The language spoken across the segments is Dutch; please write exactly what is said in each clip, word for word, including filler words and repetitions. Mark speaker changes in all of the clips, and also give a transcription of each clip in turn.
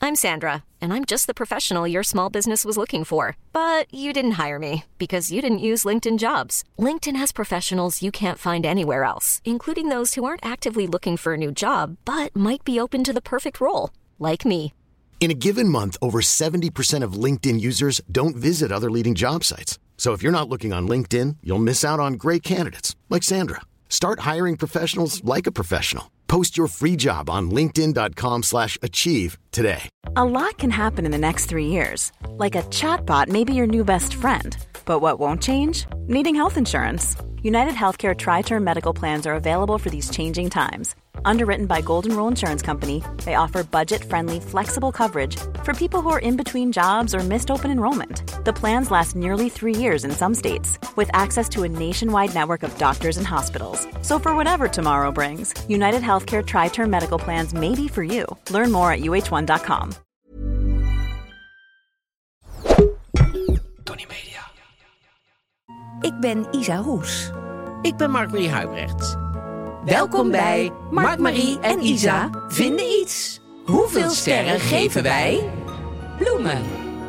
Speaker 1: I'm Sandra, and I'm just the professional your small business was looking for. But you didn't hire me because you didn't use LinkedIn Jobs. LinkedIn has professionals you can't find anywhere else, including those who aren't actively looking for a new job, but might be open to the perfect role, like me.
Speaker 2: In a given month, over seventy percent of LinkedIn users don't visit other leading job sites. So if you're not looking on LinkedIn, you'll miss out on great candidates like Sandra. Start hiring professionals like a professional. Post your free job on linkedin.com slash achieve today.
Speaker 3: A lot can happen in the next three years. Like a chatbot may be your new best friend. But what won't change? Needing health insurance. United Healthcare Tri-Term Medical Plans are available for these changing times. Underwritten by Golden Rule Insurance Company, they offer budget-friendly, flexible coverage for people who are in between jobs or missed open enrollment. The plans last nearly three years in some states, with access to a nationwide network of doctors and hospitals. So for whatever tomorrow brings, United Healthcare Tri-Term Medical Plans may be for you. Learn more at u h one dot com.
Speaker 4: Tony Media.
Speaker 5: Ik ben Isa Roes.
Speaker 4: Ik ben Mark-Marie Huibrecht.
Speaker 5: Welkom bij Mark-Marie en Isa vinden iets. Hoeveel sterren geven wij? Bloemen.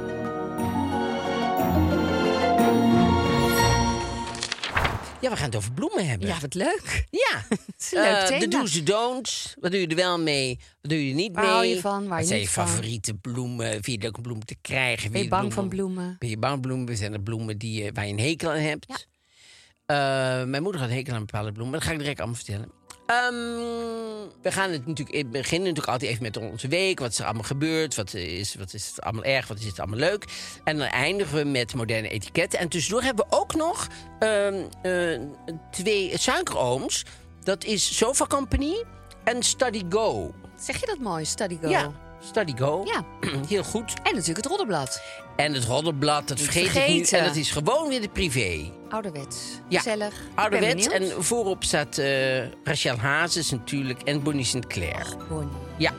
Speaker 4: Ja, we gaan het over bloemen hebben.
Speaker 5: Ja, wat leuk.
Speaker 4: Ja.
Speaker 5: Het is een leuk
Speaker 4: Uh,
Speaker 5: thema.
Speaker 4: de do's, de don'ts. Wat doe je er wel mee? Wat doe je er niet
Speaker 5: Waar
Speaker 4: mee?
Speaker 5: hou je van? Waar
Speaker 4: Wat
Speaker 5: je
Speaker 4: zijn je
Speaker 5: niet van?
Speaker 4: favoriete bloemen? Vind je het leuk om bloemen te krijgen?
Speaker 5: Ben je bang van bloemen?
Speaker 4: Ben je bang van bloemen? Zijn er bloemen die, je- waar je een hekel aan hebt?
Speaker 5: Ja.
Speaker 4: Uh, mijn moeder had een hekel aan bepaalde bloemen. Maar dat ga ik direct allemaal vertellen. Um, we gaan het natuurlijk, we beginnen natuurlijk altijd even met onze week. Wat is er allemaal gebeurd? Wat is, wat is het allemaal erg? Wat is het allemaal leuk? En dan eindigen we met moderne etiketten. En tussendoor hebben we ook nog um, uh, twee suikerooms. Dat is Sofa Company en Study Go.
Speaker 5: Zeg je dat mooi, Study Go?
Speaker 4: Ja, Study Go.
Speaker 5: Ja.
Speaker 4: Heel goed.
Speaker 5: En natuurlijk het roddelblad.
Speaker 4: En het roddelblad, dat
Speaker 5: Niet
Speaker 4: vergeet ik
Speaker 5: vergeten.
Speaker 4: niet. En dat is gewoon weer de privé.
Speaker 5: Ouderwets.
Speaker 4: Ja,
Speaker 5: Gezellig. Ik ben
Speaker 4: ouderwets.
Speaker 5: benieuwd.
Speaker 4: En voorop staat uh, Rachel Hazes natuurlijk en Bonnie Sinclair.
Speaker 5: Bonnie.
Speaker 4: Ja.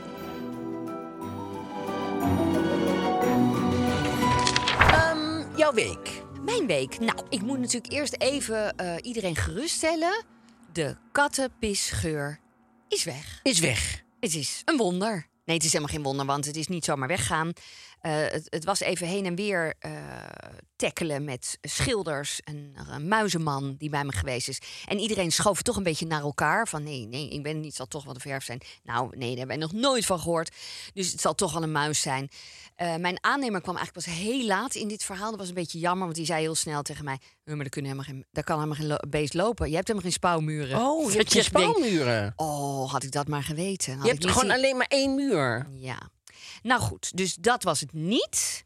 Speaker 4: Um, jouw week.
Speaker 5: Mijn week. Nou, ik moet natuurlijk eerst even uh, iedereen geruststellen. De kattenpisgeur is weg.
Speaker 4: Is weg.
Speaker 5: Het is een wonder. Nee, het is helemaal geen wonder, want het is niet zomaar weggaan. Uh, het, het was even heen en weer uh, tackelen met schilders en een muizenman die bij me geweest is. En iedereen schoof het toch een beetje naar elkaar. Van nee, nee, ik ben niet, het zal toch wel de verf zijn. Nou, nee, daar hebben wij nog nooit van gehoord. Dus het zal toch wel een muis zijn. Uh, mijn aannemer kwam eigenlijk pas heel laat in dit verhaal. Dat was een beetje jammer, want die zei heel snel tegen mij... maar daar, kunnen helemaal geen, daar kan helemaal geen lo- beest lopen. Je hebt helemaal geen spouwmuren.
Speaker 4: Oh, je hebt
Speaker 5: je
Speaker 4: geen spouwmuren.
Speaker 5: denkt, oh, had ik dat maar geweten. Had
Speaker 4: Je
Speaker 5: ik
Speaker 4: hebt
Speaker 5: niet
Speaker 4: gewoon
Speaker 5: zien-
Speaker 4: alleen maar één muur.
Speaker 5: Ja. Nou goed, dus dat was het niet.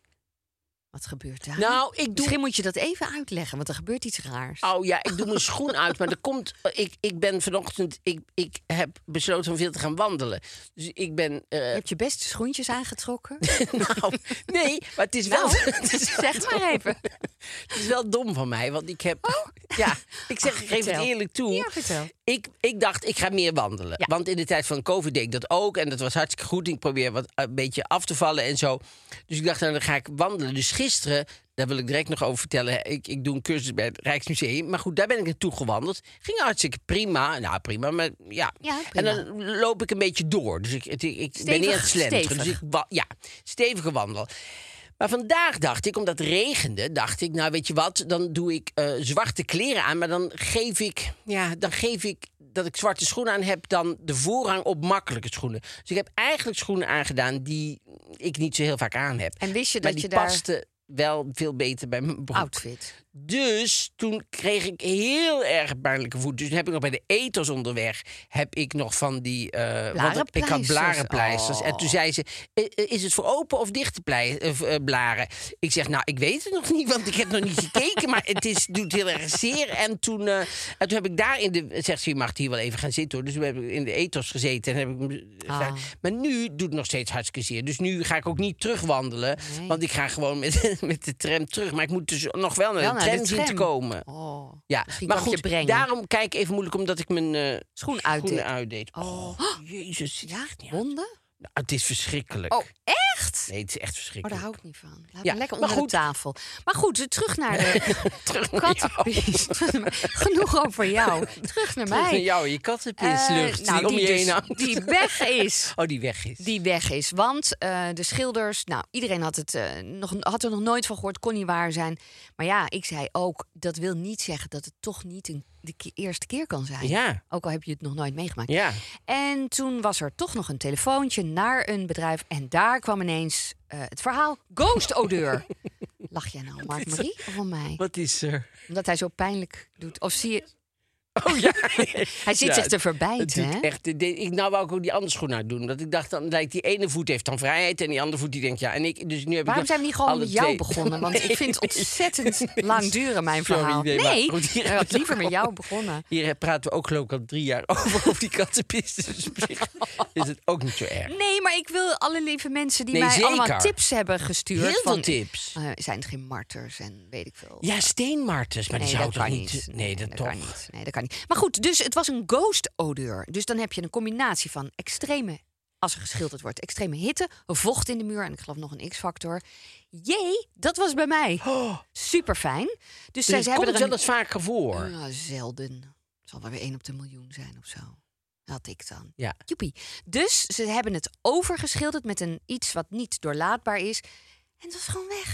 Speaker 5: Wat gebeurt daar?
Speaker 4: Nou, ik doe...
Speaker 5: Misschien moet je dat even uitleggen, want er gebeurt iets raars.
Speaker 4: Oh ja, ik doe mijn schoen uit, maar er komt... Ik, ik ben vanochtend... Ik, ik heb besloten om veel te gaan wandelen. Dus ik ben... Uh...
Speaker 5: Je hebt je beste schoentjes aangetrokken.
Speaker 4: nou, nee, maar het is wel...
Speaker 5: Nou,
Speaker 4: het is
Speaker 5: zeg maar even.
Speaker 4: Het is wel dom van mij, want ik heb... Oh. Ja, ik zeg, ik geef
Speaker 5: Vertel.
Speaker 4: het eerlijk toe.
Speaker 5: Ja, vertel.
Speaker 4: Ik, ik dacht, ik ga meer wandelen.
Speaker 5: Ja.
Speaker 4: Want in de tijd van COVID deed ik dat ook. En dat was hartstikke goed. Ik probeer wat een beetje af te vallen en zo. Dus ik dacht, nou, dan ga ik wandelen. Dus gisteren, daar wil ik direct nog over vertellen. Ik, ik doe een cursus bij het Rijksmuseum. Maar goed, daar ben ik naartoe gewandeld. Ging hartstikke prima. Nou, prima, maar ja.
Speaker 5: Ja, prima.
Speaker 4: En dan loop ik een beetje door. Dus ik, ik, ik ben niet aan het slenteren.
Speaker 5: stevig.
Speaker 4: Dus ik, wa- ja, stevige wandel. Maar vandaag dacht ik, omdat het regende, dacht ik, nou weet je wat, dan doe ik uh, zwarte kleren aan, maar dan geef ik, ja, dan geef ik dat ik zwarte schoenen aan heb dan de voorrang op makkelijke schoenen. Dus ik heb eigenlijk schoenen aangedaan die ik niet zo heel vaak aan heb.
Speaker 5: En wist je
Speaker 4: maar
Speaker 5: dat
Speaker 4: die
Speaker 5: je daar...
Speaker 4: pasten wel veel beter bij mijn broek.
Speaker 5: Outfit.
Speaker 4: Dus toen kreeg ik heel erg pijnlijke voeten. Dus toen heb ik nog bij de ethos onderweg... heb ik nog van die... Uh, want ik had blarenpleisters.
Speaker 5: Oh.
Speaker 4: En toen zei ze... is het voor open of dichte plei, uh, blaren? Ik zeg, nou, ik weet het nog niet... want ik heb nog niet gekeken... maar het is, doet heel erg zeer. En toen, uh, en toen heb ik daar in de... zegt ze, je mag hier wel even gaan zitten, hoor. Dus toen heb ik in de ethos gezeten. En heb ik,
Speaker 5: Ah.
Speaker 4: Maar nu doet het nog steeds hartstikke zeer. Dus nu ga ik ook niet terugwandelen.
Speaker 5: Nee.
Speaker 4: Want ik ga gewoon met, met de tram terug. Maar ik moet dus nog wel naar
Speaker 5: Wel
Speaker 4: de
Speaker 5: naar
Speaker 4: tram
Speaker 5: de
Speaker 4: zien te
Speaker 5: tram.
Speaker 4: komen.
Speaker 5: Oh,
Speaker 4: Ja,
Speaker 5: misschien
Speaker 4: maar
Speaker 5: kan ik
Speaker 4: goed,
Speaker 5: je brengen.
Speaker 4: daarom kijk ik even moeilijk omdat ik mijn uh,
Speaker 5: Schoen uitdeed.
Speaker 4: schoenen uitdeed.
Speaker 5: Oh.
Speaker 4: Jezus.
Speaker 5: Ja,
Speaker 4: Ja,
Speaker 5: wonden?
Speaker 4: nou, het is verschrikkelijk.
Speaker 5: Oh, Echt?
Speaker 4: Nee, het is echt
Speaker 5: Oh,
Speaker 4: verschrikkelijk.
Speaker 5: daar hou ik niet van. Laat
Speaker 4: Ja,
Speaker 5: me lekker
Speaker 4: maar
Speaker 5: onder
Speaker 4: goed.
Speaker 5: de tafel. Maar goed, terug naar de
Speaker 4: Terug naar
Speaker 5: kattenpis. Genoeg over jou. Terug naar
Speaker 4: Terug naar
Speaker 5: mij.
Speaker 4: jou, je kattenpislucht
Speaker 5: Eh, nou,
Speaker 4: die om je
Speaker 5: die
Speaker 4: heen
Speaker 5: dus-
Speaker 4: hangt.
Speaker 5: die weg is.
Speaker 4: Oh, die weg is.
Speaker 5: Die weg is. Want uh, de schilders, nou, iedereen had, het, uh, nog, had er nog nooit van gehoord, kon niet waar zijn. Maar ja, ik zei ook, dat wil niet zeggen dat het toch niet een, de ke- eerste keer kan zijn.
Speaker 4: Ja.
Speaker 5: Ook al heb je het nog nooit meegemaakt.
Speaker 4: Ja.
Speaker 5: En toen was er toch nog een telefoontje naar een bedrijf. En daar kwam ineens uh, het verhaal ghost-odeur. Lach jij nou, Mark Marie, of om mij?
Speaker 4: Wat is er?
Speaker 5: Omdat hij zo pijnlijk doet. Of zie je...
Speaker 4: Oh ja.
Speaker 5: Hij zit
Speaker 4: Ja,
Speaker 5: zich te
Speaker 4: het
Speaker 5: verbijten,
Speaker 4: doet
Speaker 5: hè?
Speaker 4: echt, de- de- ik, nou wou ik ook die andere schoen uitdoen. Dat ik dacht dan, dat die ene voet heeft dan vrijheid en die andere voet die denkt ja. En ik, dus nu heb
Speaker 5: Waarom
Speaker 4: ik
Speaker 5: zijn we niet gewoon
Speaker 4: alle
Speaker 5: met jou
Speaker 4: twee.
Speaker 5: begonnen? Want
Speaker 4: Nee,
Speaker 5: ik vind het
Speaker 4: nee.
Speaker 5: ontzettend lang duren, mijn
Speaker 4: Sorry,
Speaker 5: verhaal.
Speaker 4: nee, maar
Speaker 5: Nee,
Speaker 4: goed, hier
Speaker 5: ik
Speaker 4: hebben
Speaker 5: had
Speaker 4: we
Speaker 5: liever
Speaker 4: toch
Speaker 5: met jou
Speaker 4: al-
Speaker 5: begonnen.
Speaker 4: Hier praten we ook geloof ik al drie jaar over, over die kattenpis. Dus op zich is het ook niet zo erg.
Speaker 5: Nee, maar ik wil alle lieve mensen die
Speaker 4: Nee,
Speaker 5: mij
Speaker 4: zeker.
Speaker 5: allemaal tips hebben gestuurd.
Speaker 4: Heel veel
Speaker 5: van,
Speaker 4: tips.
Speaker 5: eh, zijn het geen marters en weet ik veel.
Speaker 4: Ja, steenmartens, maar die
Speaker 5: Nee,
Speaker 4: zou
Speaker 5: dat
Speaker 4: toch
Speaker 5: kan
Speaker 4: niet...
Speaker 5: niet.
Speaker 4: Nee, dat, toch.
Speaker 5: kan niet. Nee, dat kan niet. Maar goed, dus het was een ghost-odeur. Dus dan heb je een combinatie van extreme, als er geschilderd wordt, extreme hitte, vocht in de muur en ik geloof nog een X-factor. Jee, dat was bij mij.
Speaker 4: Oh,
Speaker 5: Super fijn. Dus,
Speaker 4: dus
Speaker 5: zij
Speaker 4: het
Speaker 5: ze
Speaker 4: komt
Speaker 5: hebben er
Speaker 4: wel
Speaker 5: een...
Speaker 4: eens vaker voor.
Speaker 5: Ja, zelden. Het zal wel weer één op de miljoen zijn of zo. Had ik dan.
Speaker 4: Ja.
Speaker 5: Joepie. Dus ze hebben het overgeschilderd met een iets wat niet doorlaatbaar is. En het was gewoon weg.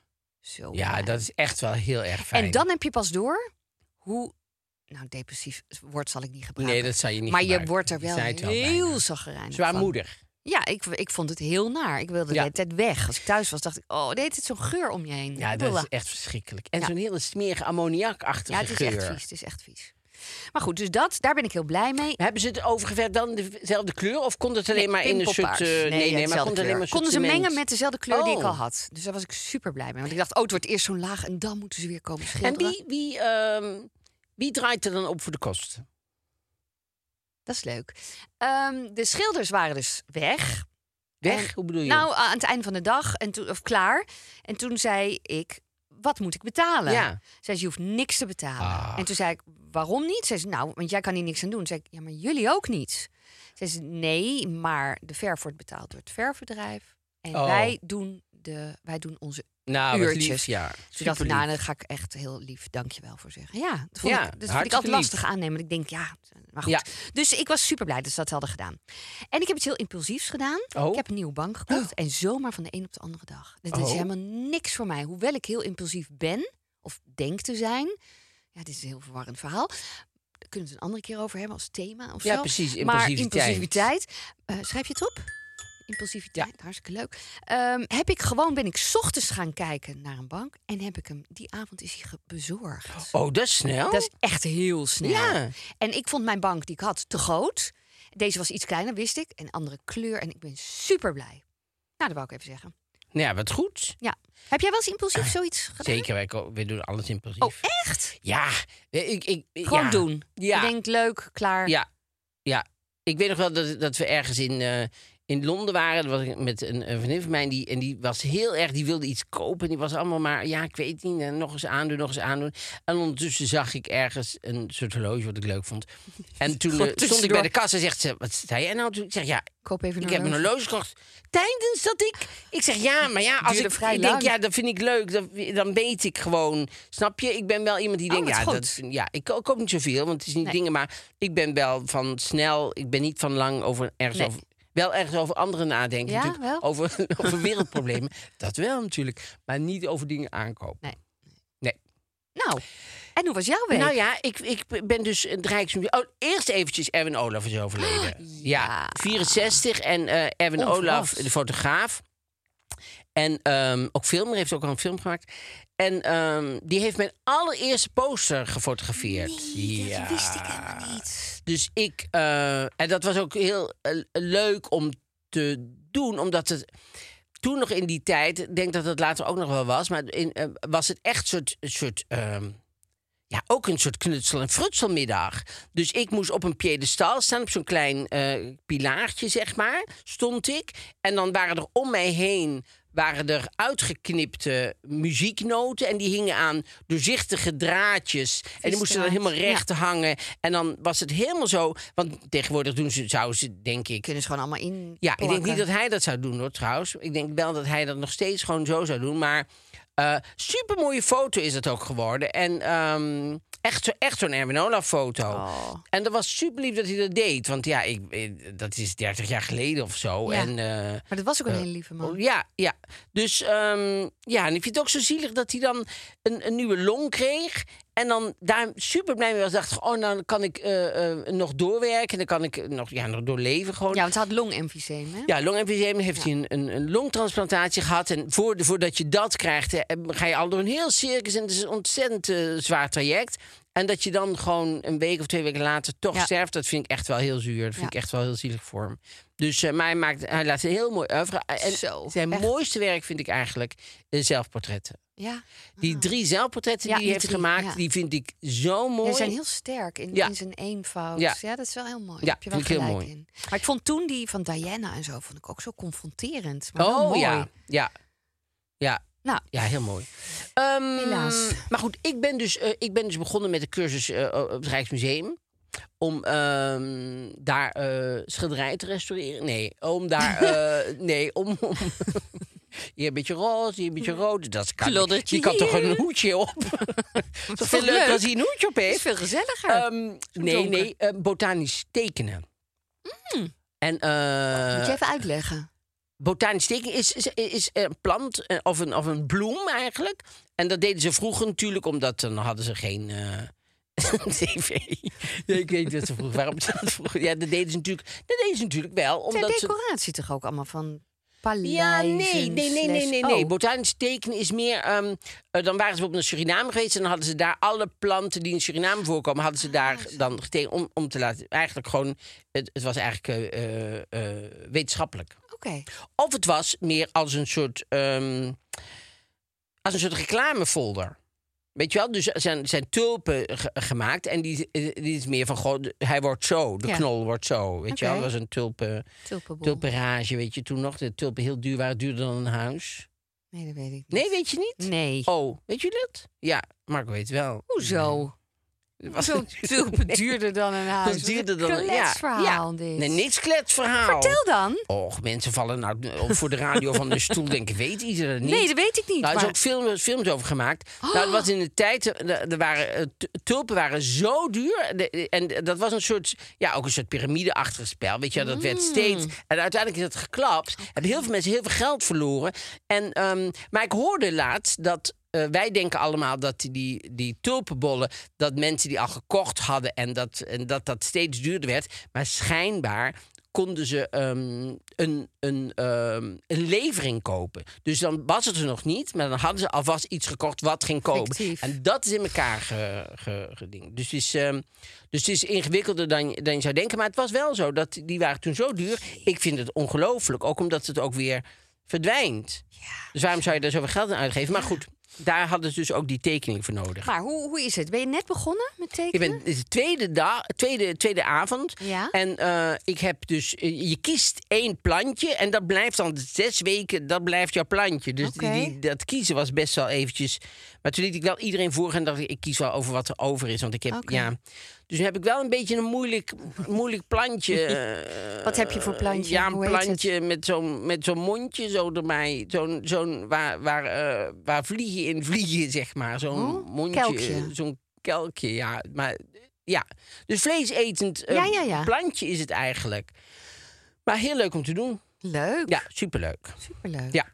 Speaker 5: Zo
Speaker 4: Ja,
Speaker 5: fijn.
Speaker 4: dat is echt wel heel erg fijn.
Speaker 5: En dan heb je pas door hoe... Nou, depressief woord zal ik niet gebruiken.
Speaker 4: Nee, dat zou je niet
Speaker 5: Maar je
Speaker 4: gebruiken.
Speaker 5: wordt er
Speaker 4: Je
Speaker 5: wel,
Speaker 4: zei het wel
Speaker 5: heel
Speaker 4: bijna.
Speaker 5: zagrijnig
Speaker 4: Zwaarmoedig.
Speaker 5: van. Ja, ik, ik vond het heel naar. Ik wilde de
Speaker 4: Ja.
Speaker 5: hele tijd weg. Als ik thuis was, dacht ik... Oh, deed het zo'n geur om je heen.
Speaker 4: Ja,
Speaker 5: Ik
Speaker 4: dat
Speaker 5: wilde-
Speaker 4: is echt verschrikkelijk. En
Speaker 5: Ja.
Speaker 4: zo'n hele smerige ammoniakachtige
Speaker 5: Ja, het is
Speaker 4: geur.
Speaker 5: echt vies. Het is echt vies. Maar goed, dus dat, daar ben ik heel blij mee.
Speaker 4: Hebben ze het overgeverfd dan dezelfde kleur? Of kon het alleen
Speaker 5: Nee,
Speaker 4: maar in een soort...
Speaker 5: pimpelpaars.
Speaker 4: eh,
Speaker 5: nee,
Speaker 4: nee, nee, maar
Speaker 5: dezelfde
Speaker 4: kon het alleen
Speaker 5: kleur.
Speaker 4: maar een soort
Speaker 5: Konden ze
Speaker 4: cement?
Speaker 5: mengen met dezelfde kleur die ik
Speaker 4: Oh.
Speaker 5: al had. Dus daar was ik super blij mee. Want ik dacht, oh, het wordt eerst zo'n laag en dan moeten ze weer komen
Speaker 4: En
Speaker 5: schilderen.
Speaker 4: wie, wie, ehm, wie draait er dan op voor de kosten?
Speaker 5: Dat is leuk. Ehm, de schilders waren dus weg.
Speaker 4: Weg?
Speaker 5: En-
Speaker 4: Hoe bedoel je?
Speaker 5: Nou, aan het einde van de dag, en toen, of klaar. En toen zei ik, wat moet ik betalen?
Speaker 4: Ja.
Speaker 5: Zei ze, je hoeft niks te betalen.
Speaker 4: Ah.
Speaker 5: En toen zei ik, waarom niet? Zei ze, nou, want jij kan hier niks aan doen. Zei ik, ja, maar jullie ook niet. Zei ze, nee, maar de verf wordt betaald door het verfbedrijf. En
Speaker 4: Oh.
Speaker 5: wij, doen de, wij doen onze
Speaker 4: nou, wat
Speaker 5: uurtjes.
Speaker 4: lief, ja.
Speaker 5: Dus ik dacht,
Speaker 4: Superlief.
Speaker 5: nou, daar ga ik echt heel lief dankjewel voor zeggen. Ja, dat vond
Speaker 4: Ja,
Speaker 5: ik, dat vind ik
Speaker 4: hartstikke
Speaker 5: altijd
Speaker 4: lief.
Speaker 5: lastig aannemen. Want ik denk, ja, maar goed.
Speaker 4: Ja.
Speaker 5: Dus ik was super blij dat ze dat hadden gedaan. En ik heb iets heel impulsiefs gedaan.
Speaker 4: Oh.
Speaker 5: Ik heb een nieuwe bank gekocht. En zomaar van de een op de andere dag. Dat is
Speaker 4: Oh.
Speaker 5: helemaal niks voor mij. Hoewel ik heel impulsief ben, of denk te zijn. Ja, dit is een heel verwarrend verhaal. Daar kunnen we het een andere keer over hebben als thema of
Speaker 4: Ja,
Speaker 5: zo.
Speaker 4: precies,
Speaker 5: Maar
Speaker 4: impulsiviteit.
Speaker 5: impulsiviteit. eh, schrijf je het op? Impulsiviteit, hartstikke leuk. Ehm, heb ik gewoon, ben ik 's ochtends gaan kijken naar een bank. En heb ik hem, die avond is hij ge- bezorgd.
Speaker 4: Oh, dat is snel?
Speaker 5: Dat is echt heel snel.
Speaker 4: Ja.
Speaker 5: En ik vond mijn bank die ik had te groot. Deze was iets kleiner, wist ik. En andere kleur. En ik ben super blij. Nou, dat wou ik even zeggen.
Speaker 4: Nou ja, wat goed.
Speaker 5: Ja. Heb jij wel eens impulsief zoiets gedaan?
Speaker 4: Zeker, wij, ko- wij doen alles impulsief.
Speaker 5: Oh, echt?
Speaker 4: Ja. Ik, ik,
Speaker 5: Gewoon
Speaker 4: ja.
Speaker 5: doen.
Speaker 4: Ja.
Speaker 5: Je denkt, leuk, klaar.
Speaker 4: Ja, ja. Ik weet nog wel dat, dat we ergens in, eh, in Londen waren. Dat was ik met een, een vriendin van mij. Die, en die was heel erg, die wilde iets kopen. En die was allemaal maar, ja, ik weet niet. En nog eens aandoen, nog eens aandoen. En ondertussen zag ik ergens een soort horloge wat ik leuk vond. En toen
Speaker 5: Gewoon
Speaker 4: eh, stond ik
Speaker 5: tussendoor.
Speaker 4: bij de kassa en zegt ze, wat zei jij nou? Toen ik zeg, ja,
Speaker 5: Koop even een
Speaker 4: ik heb een
Speaker 5: horloge.
Speaker 4: horloge gekocht. Tijdens dat ik... Ik zeg, ja, maar ja, als
Speaker 5: Duurde
Speaker 4: ik,
Speaker 5: vrij
Speaker 4: ik denk,
Speaker 5: lang.
Speaker 4: ja, dat vind ik leuk. Dan, dan weet ik gewoon, snap je? Ik ben wel iemand die
Speaker 5: Oh,
Speaker 4: denkt,
Speaker 5: dat
Speaker 4: ja,
Speaker 5: is
Speaker 4: dat,
Speaker 5: goed.
Speaker 4: ja, ik ko- koop niet zoveel, want het is niet
Speaker 5: Nee.
Speaker 4: dingen, maar ik ben wel van snel, ik ben niet van lang over ergens
Speaker 5: Nee.
Speaker 4: over... Wel ergens over anderen nadenken,
Speaker 5: Ja,
Speaker 4: natuurlijk.
Speaker 5: wel?
Speaker 4: Over, over wereldproblemen. Dat wel natuurlijk, maar niet over dingen aankopen.
Speaker 5: Nee.
Speaker 4: Nee.
Speaker 5: Nou, en hoe was jouw week?
Speaker 4: Nou ja, ik, ik ben dus het Rijksmuseum... Oh, eerst eventjes Erwin Olaf is overleden. ja. vierenzestig. En eh Erwin
Speaker 5: Onverwacht.
Speaker 4: Olaf, de fotograaf. En ehm, ook filmer, heeft ook al een film gemaakt. En ehm, die heeft mijn allereerste poster gefotografeerd.
Speaker 5: Nee,
Speaker 4: ja.
Speaker 5: dat wist ik helemaal niet.
Speaker 4: Dus ik... eh, en dat was ook heel eh, leuk om te doen, omdat het... Toen nog in die tijd, ik denk dat het later ook nog wel was... maar in, eh, was het echt soort... soort ehm, ja, ook een soort knutsel- en frutselmiddag. Dus ik moest op een piedestal staan, op zo'n klein eh, pilaartje, zeg maar, stond ik. En dan waren er om mij heen waren er uitgeknipte muzieknoten. En die hingen aan doorzichtige draadjes. En die moesten dan helemaal recht
Speaker 5: Ja.
Speaker 4: hangen. En dan was het helemaal zo... Want tegenwoordig doen ze, zouden ze, denk ik...
Speaker 5: Kunnen ze gewoon allemaal in.
Speaker 4: Ja, ik denk
Speaker 5: plakken.
Speaker 4: niet dat hij dat zou doen, hoor, trouwens. Ik denk wel dat hij dat nog steeds gewoon zo zou doen. Maar uh, supermooie foto is het ook geworden. En um, echt, zo, echt zo'n Erwin Olaf foto.
Speaker 5: Oh.
Speaker 4: En dat was super lief dat hij dat deed. Want ja, ik, ik- dat is dertig jaar geleden of zo.
Speaker 5: Ja.
Speaker 4: En, uh,
Speaker 5: Maar dat was ook een hele lieve man.
Speaker 4: Oh, ja, ja. Dus um, ja, en ik vind het ook zo zielig dat hij dan een, een nieuwe long kreeg. En dan daar super blij mee was. Dacht ik, oh, nou dan kan ik uh, uh, nog doorwerken. Dan kan ik nog, ja, nog doorleven gewoon.
Speaker 5: Ja, want hij had longemfyseem, hè?
Speaker 4: Ja, longemfyseem heeft hij een, een, een longtransplantatie gehad. En voor, voordat je dat krijgt, eh, ga je al door een heel circus. En het is een ontzettend uh, zwaar traject. En dat je dan gewoon een week of twee weken later toch
Speaker 5: Ja.
Speaker 4: sterft, dat vind ik echt wel heel zuur. Dat vind
Speaker 5: Ja.
Speaker 4: ik echt wel heel zielig voor hem. Dus uh, maar hij, maakt, hij laat een heel mooi oeuvre. En
Speaker 5: Zo,
Speaker 4: zijn
Speaker 5: echt.
Speaker 4: mooiste werk vind ik eigenlijk uh, zelfportretten.
Speaker 5: Ja.
Speaker 4: Die drie zelfportretten
Speaker 5: Ja,
Speaker 4: die hij
Speaker 5: die
Speaker 4: heeft
Speaker 5: drie,
Speaker 4: gemaakt,
Speaker 5: ja.
Speaker 4: die vind ik zo mooi.
Speaker 5: Ze zijn heel sterk in,
Speaker 4: Ja.
Speaker 5: in zijn eenvoud.
Speaker 4: Ja.
Speaker 5: Ja. dat is wel heel mooi.
Speaker 4: Ja,
Speaker 5: Daar heb je wel
Speaker 4: vind ik heel
Speaker 5: gelijk
Speaker 4: mooi.
Speaker 5: in. Maar ik vond toen die van Diana en zo vond ik ook zo confronterend. Maar wel
Speaker 4: Oh
Speaker 5: mooi.
Speaker 4: ja, ja. Ja,
Speaker 5: Nou,
Speaker 4: ja, heel mooi. Ehm,
Speaker 5: Helaas.
Speaker 4: Maar goed, ik ben dus, uh, ik ben dus begonnen met de cursus uh, op het Rijksmuseum. Om um, daar uh, schilderijen te restaureren. Nee, om daar... Uh, nee, om... om hier een beetje roze, hier een beetje rood. Dat kan,
Speaker 5: Kloddertje
Speaker 4: je kan toch
Speaker 5: hier.
Speaker 4: een hoedje op? Dat is veel
Speaker 5: toch
Speaker 4: leuk
Speaker 5: leuk?
Speaker 4: als hij een hoedje op
Speaker 5: het is
Speaker 4: heeft.
Speaker 5: veel gezelliger.
Speaker 4: Um, nee,
Speaker 5: donker.
Speaker 4: nee, uh, botanisch tekenen.
Speaker 5: Mm.
Speaker 4: En, uh,
Speaker 5: Moet je even uitleggen.
Speaker 4: Botanisch tekenen is, is, is een plant eh, of een, of een bloem eigenlijk. En dat deden ze vroeger natuurlijk, omdat dan hadden ze geen uh, tv. Ja, ik weet niet wat ze vroeger waarom ze dat vroeger. Ja, dat deden ze natuurlijk, dat deden ze natuurlijk wel.
Speaker 5: Zijn
Speaker 4: Omdat ze,
Speaker 5: decoratie toch ook allemaal van paleizen?
Speaker 4: ja, nee, nee, nee, nee, nee, nee. nee.
Speaker 5: Oh.
Speaker 4: Botanisch tekenen is meer... Um, uh, dan waren ze bijvoorbeeld naar Suriname geweest... en dan hadden ze daar alle planten die in Suriname voorkomen... hadden ze daar dan getekend om, om te laten... Eigenlijk gewoon... Het, het was eigenlijk uh, uh, uh, wetenschappelijk.
Speaker 5: Oké.
Speaker 4: Of het was meer als een soort, um, als een soort reclamefolder. Weet je wel? Dus er zijn, zijn tulpen ge- gemaakt. En die, die is meer van, goh, de- hij wordt zo. De
Speaker 5: Ja.
Speaker 4: knol wordt zo. Weet je wel?
Speaker 5: Oké.
Speaker 4: Dat was een tulpen,
Speaker 5: Tulpenbol.
Speaker 4: tulpenrage, weet je toen nog. De tulpen heel duur waren, duurder dan een huis.
Speaker 5: Nee, dat weet ik niet.
Speaker 4: Nee, weet je niet?
Speaker 5: Nee.
Speaker 4: Oh, weet je dat? Ja, Marco weet wel.
Speaker 5: Hoezo?
Speaker 4: Het was
Speaker 5: Zo'n tulpen duurder dan een huis.
Speaker 4: Dat duurder dan een...
Speaker 5: Ja.
Speaker 4: ja.
Speaker 5: dit.
Speaker 4: Nee, niks kletsverhaal.
Speaker 5: Vertel dan.
Speaker 4: Och, mensen vallen nou voor de radio van de stoel denken, weet iedereen dat niet?
Speaker 5: Nee, dat weet ik niet.
Speaker 4: Nou, er is
Speaker 5: maar...
Speaker 4: ook film, films over gemaakt. Nou, dat was in de tijd, er er waren, eh, t- tulpen waren zo duur. De- en dat was een soort, ja, ook een soort piramideachtig spel. Weet je, wel, dat werd steeds... En uiteindelijk is het geklapt. Hebben heel veel mensen heel veel geld verloren. En, um, maar ik hoorde laatst dat... Uh, wij denken allemaal dat die, die tulpenbollen... dat mensen die al gekocht hadden... en dat, en dat dat steeds duurder werd. Maar schijnbaar konden ze um, een, een, um, een levering kopen. Dus dan was het er nog niet... maar dan hadden ze alvast iets gekocht wat ging komen.
Speaker 5: Fictief.
Speaker 4: En dat is in elkaar ge, ge, geding. Dus, het is, um, dus het is ingewikkelder dan, dan je zou denken. Maar het was wel zo, dat die waren toen zo duur. Ik vind het ongelooflijk, ook omdat het ook weer verdwijnt. Ja. Dus waarom zou je daar zoveel geld aan uitgeven? Maar goed... Daar hadden ze dus ook die tekening voor nodig.
Speaker 5: Maar hoe, hoe is het? Ben je net begonnen met
Speaker 4: Ik
Speaker 5: tekenen?
Speaker 4: ben, het is de tweede, dag, tweede, tweede avond.
Speaker 5: Ja.
Speaker 4: En uh, ik heb dus... Uh, je kiest één plantje en dat blijft dan zes weken... dat blijft jouw plantje. Dus
Speaker 5: Oké.
Speaker 4: die, die, dat kiezen was best wel eventjes... Maar toen liet ik wel iedereen voor en dacht ik... ik kies wel over wat er over is. Want ik heb,
Speaker 5: Oké.
Speaker 4: ja... Dus nu heb ik wel een beetje een moeilijk, moeilijk plantje. uh,
Speaker 5: Wat heb je voor plantje?
Speaker 4: Ja, een
Speaker 5: Hoe heet het?
Speaker 4: plantje met zo'n met zo'n mondje zo erbij. Zo'n zo'n waar, waar, uh, waar vliegen in vliegen, zeg maar. Zo'n
Speaker 5: Oh,
Speaker 4: mondje.
Speaker 5: kelkje.
Speaker 4: Zo'n kelkje, ja. Maar ja, dus vleesetend uh,
Speaker 5: Ja, ja, ja.
Speaker 4: plantje is het eigenlijk. Maar heel leuk om te doen.
Speaker 5: Leuk.
Speaker 4: Ja, superleuk.
Speaker 5: Superleuk.
Speaker 4: Ja.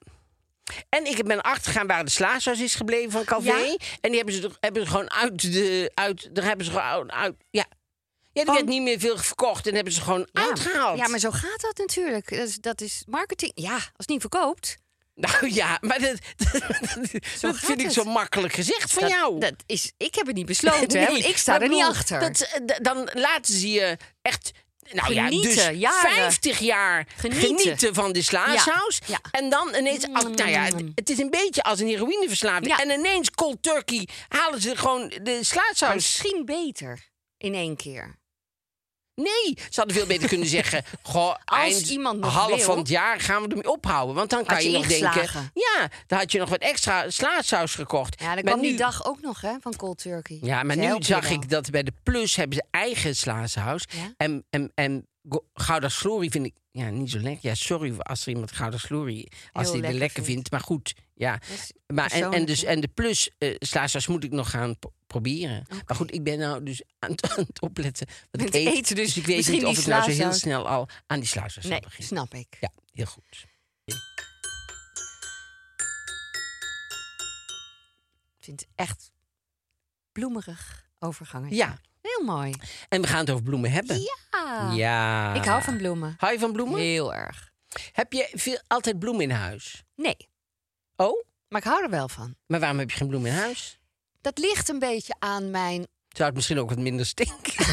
Speaker 4: En ik ben achtergegaan waar de slaathuis is gebleven van Calvé.
Speaker 5: Ja?
Speaker 4: En die hebben ze, er, hebben ze gewoon uit de... Uit, daar hebben ze gewoon uit... Ja, ja die
Speaker 5: Van-
Speaker 4: werd niet meer veel verkocht en hebben ze gewoon
Speaker 5: Ja.
Speaker 4: uitgehaald.
Speaker 5: Ja, maar zo gaat dat natuurlijk. Dat is, dat is marketing. Ja, als het niet verkoopt.
Speaker 4: Nou ja, maar dat, dat, dat
Speaker 5: gaat
Speaker 4: vind ik
Speaker 5: het.
Speaker 4: zo makkelijk gezegd van
Speaker 5: dat,
Speaker 4: jou.
Speaker 5: Dat is, ik heb het niet besloten, hè,
Speaker 4: Nee,
Speaker 5: want ik sta
Speaker 4: maar
Speaker 5: er niet
Speaker 4: bedoel,
Speaker 5: achter.
Speaker 4: Dat, eh, d- dan laten ze je echt... Nou
Speaker 5: Genieten,
Speaker 4: ja, dus
Speaker 5: jaren.
Speaker 4: vijftig jaar
Speaker 5: Genieten.
Speaker 4: genieten, van de slaassaus.
Speaker 5: Ja, ja.
Speaker 4: En dan ineens... Oh, nou ja, het, het is een beetje als een heroïneverslaving.
Speaker 5: Ja.
Speaker 4: En ineens cold turkey halen ze gewoon de
Speaker 5: Maar
Speaker 4: slaatsaus.
Speaker 5: misschien beter in één keer.
Speaker 4: Nee, ze hadden veel beter kunnen zeggen... Goh,
Speaker 5: Als
Speaker 4: eind,
Speaker 5: iemand nog
Speaker 4: half
Speaker 5: wil,
Speaker 4: van het jaar gaan we ermee ophouden. Want dan kan
Speaker 5: had
Speaker 4: je,
Speaker 5: je
Speaker 4: nog denken...
Speaker 5: ingeslagen.
Speaker 4: Ja, dan had je nog wat extra slaasaus gekocht.
Speaker 5: Ja, dan
Speaker 4: Maar
Speaker 5: kwam
Speaker 4: nu,
Speaker 5: die dag ook nog, hè, van cold turkey.
Speaker 4: Ja, maar
Speaker 5: Ze
Speaker 4: nu
Speaker 5: helpen je
Speaker 4: zag
Speaker 5: wel.
Speaker 4: ik dat bij de Plus hebben ze eigen slaasaus.
Speaker 5: Ja?
Speaker 4: En, en, en Go- Gouda Slory vind ik ja, niet zo lekker. Ja, sorry als er iemand Gouda Slory... als
Speaker 5: Heel
Speaker 4: die
Speaker 5: lekker
Speaker 4: er lekker
Speaker 5: vindt.
Speaker 4: vindt. Maar goed, ja.
Speaker 5: Dat is
Speaker 4: Maar, en, en,
Speaker 5: persoonlijk,
Speaker 4: dus,
Speaker 5: hè?
Speaker 4: en de Plus uh, slaasaus moet ik nog gaan p- proberen.
Speaker 5: Oké.
Speaker 4: Maar goed, ik ben nou dus aan het, aan het opletten wat
Speaker 5: Met
Speaker 4: ik eet.
Speaker 5: eten, dus
Speaker 4: ik weet
Speaker 5: misschien
Speaker 4: niet of
Speaker 5: die
Speaker 4: ik nou zo heel
Speaker 5: slaasaus.
Speaker 4: snel al aan die slaasaus zal
Speaker 5: Nee,
Speaker 4: beginnen.
Speaker 5: snap ik.
Speaker 4: Ja, heel goed.
Speaker 5: Ik vind het echt bloemerig overgangetje.
Speaker 4: Ja,
Speaker 5: Heel mooi.
Speaker 4: en we gaan het over bloemen hebben.
Speaker 5: Ja.
Speaker 4: Ja.
Speaker 5: Ik hou van bloemen.
Speaker 4: Hou je van bloemen?
Speaker 5: Heel erg.
Speaker 4: Heb je veel, altijd bloemen in huis?
Speaker 5: Nee,
Speaker 4: Oh,
Speaker 5: maar ik hou er wel van.
Speaker 4: maar waarom heb je geen bloemen in huis?
Speaker 5: Dat ligt een beetje aan mijn...
Speaker 4: Zou het misschien ook wat minder stinken?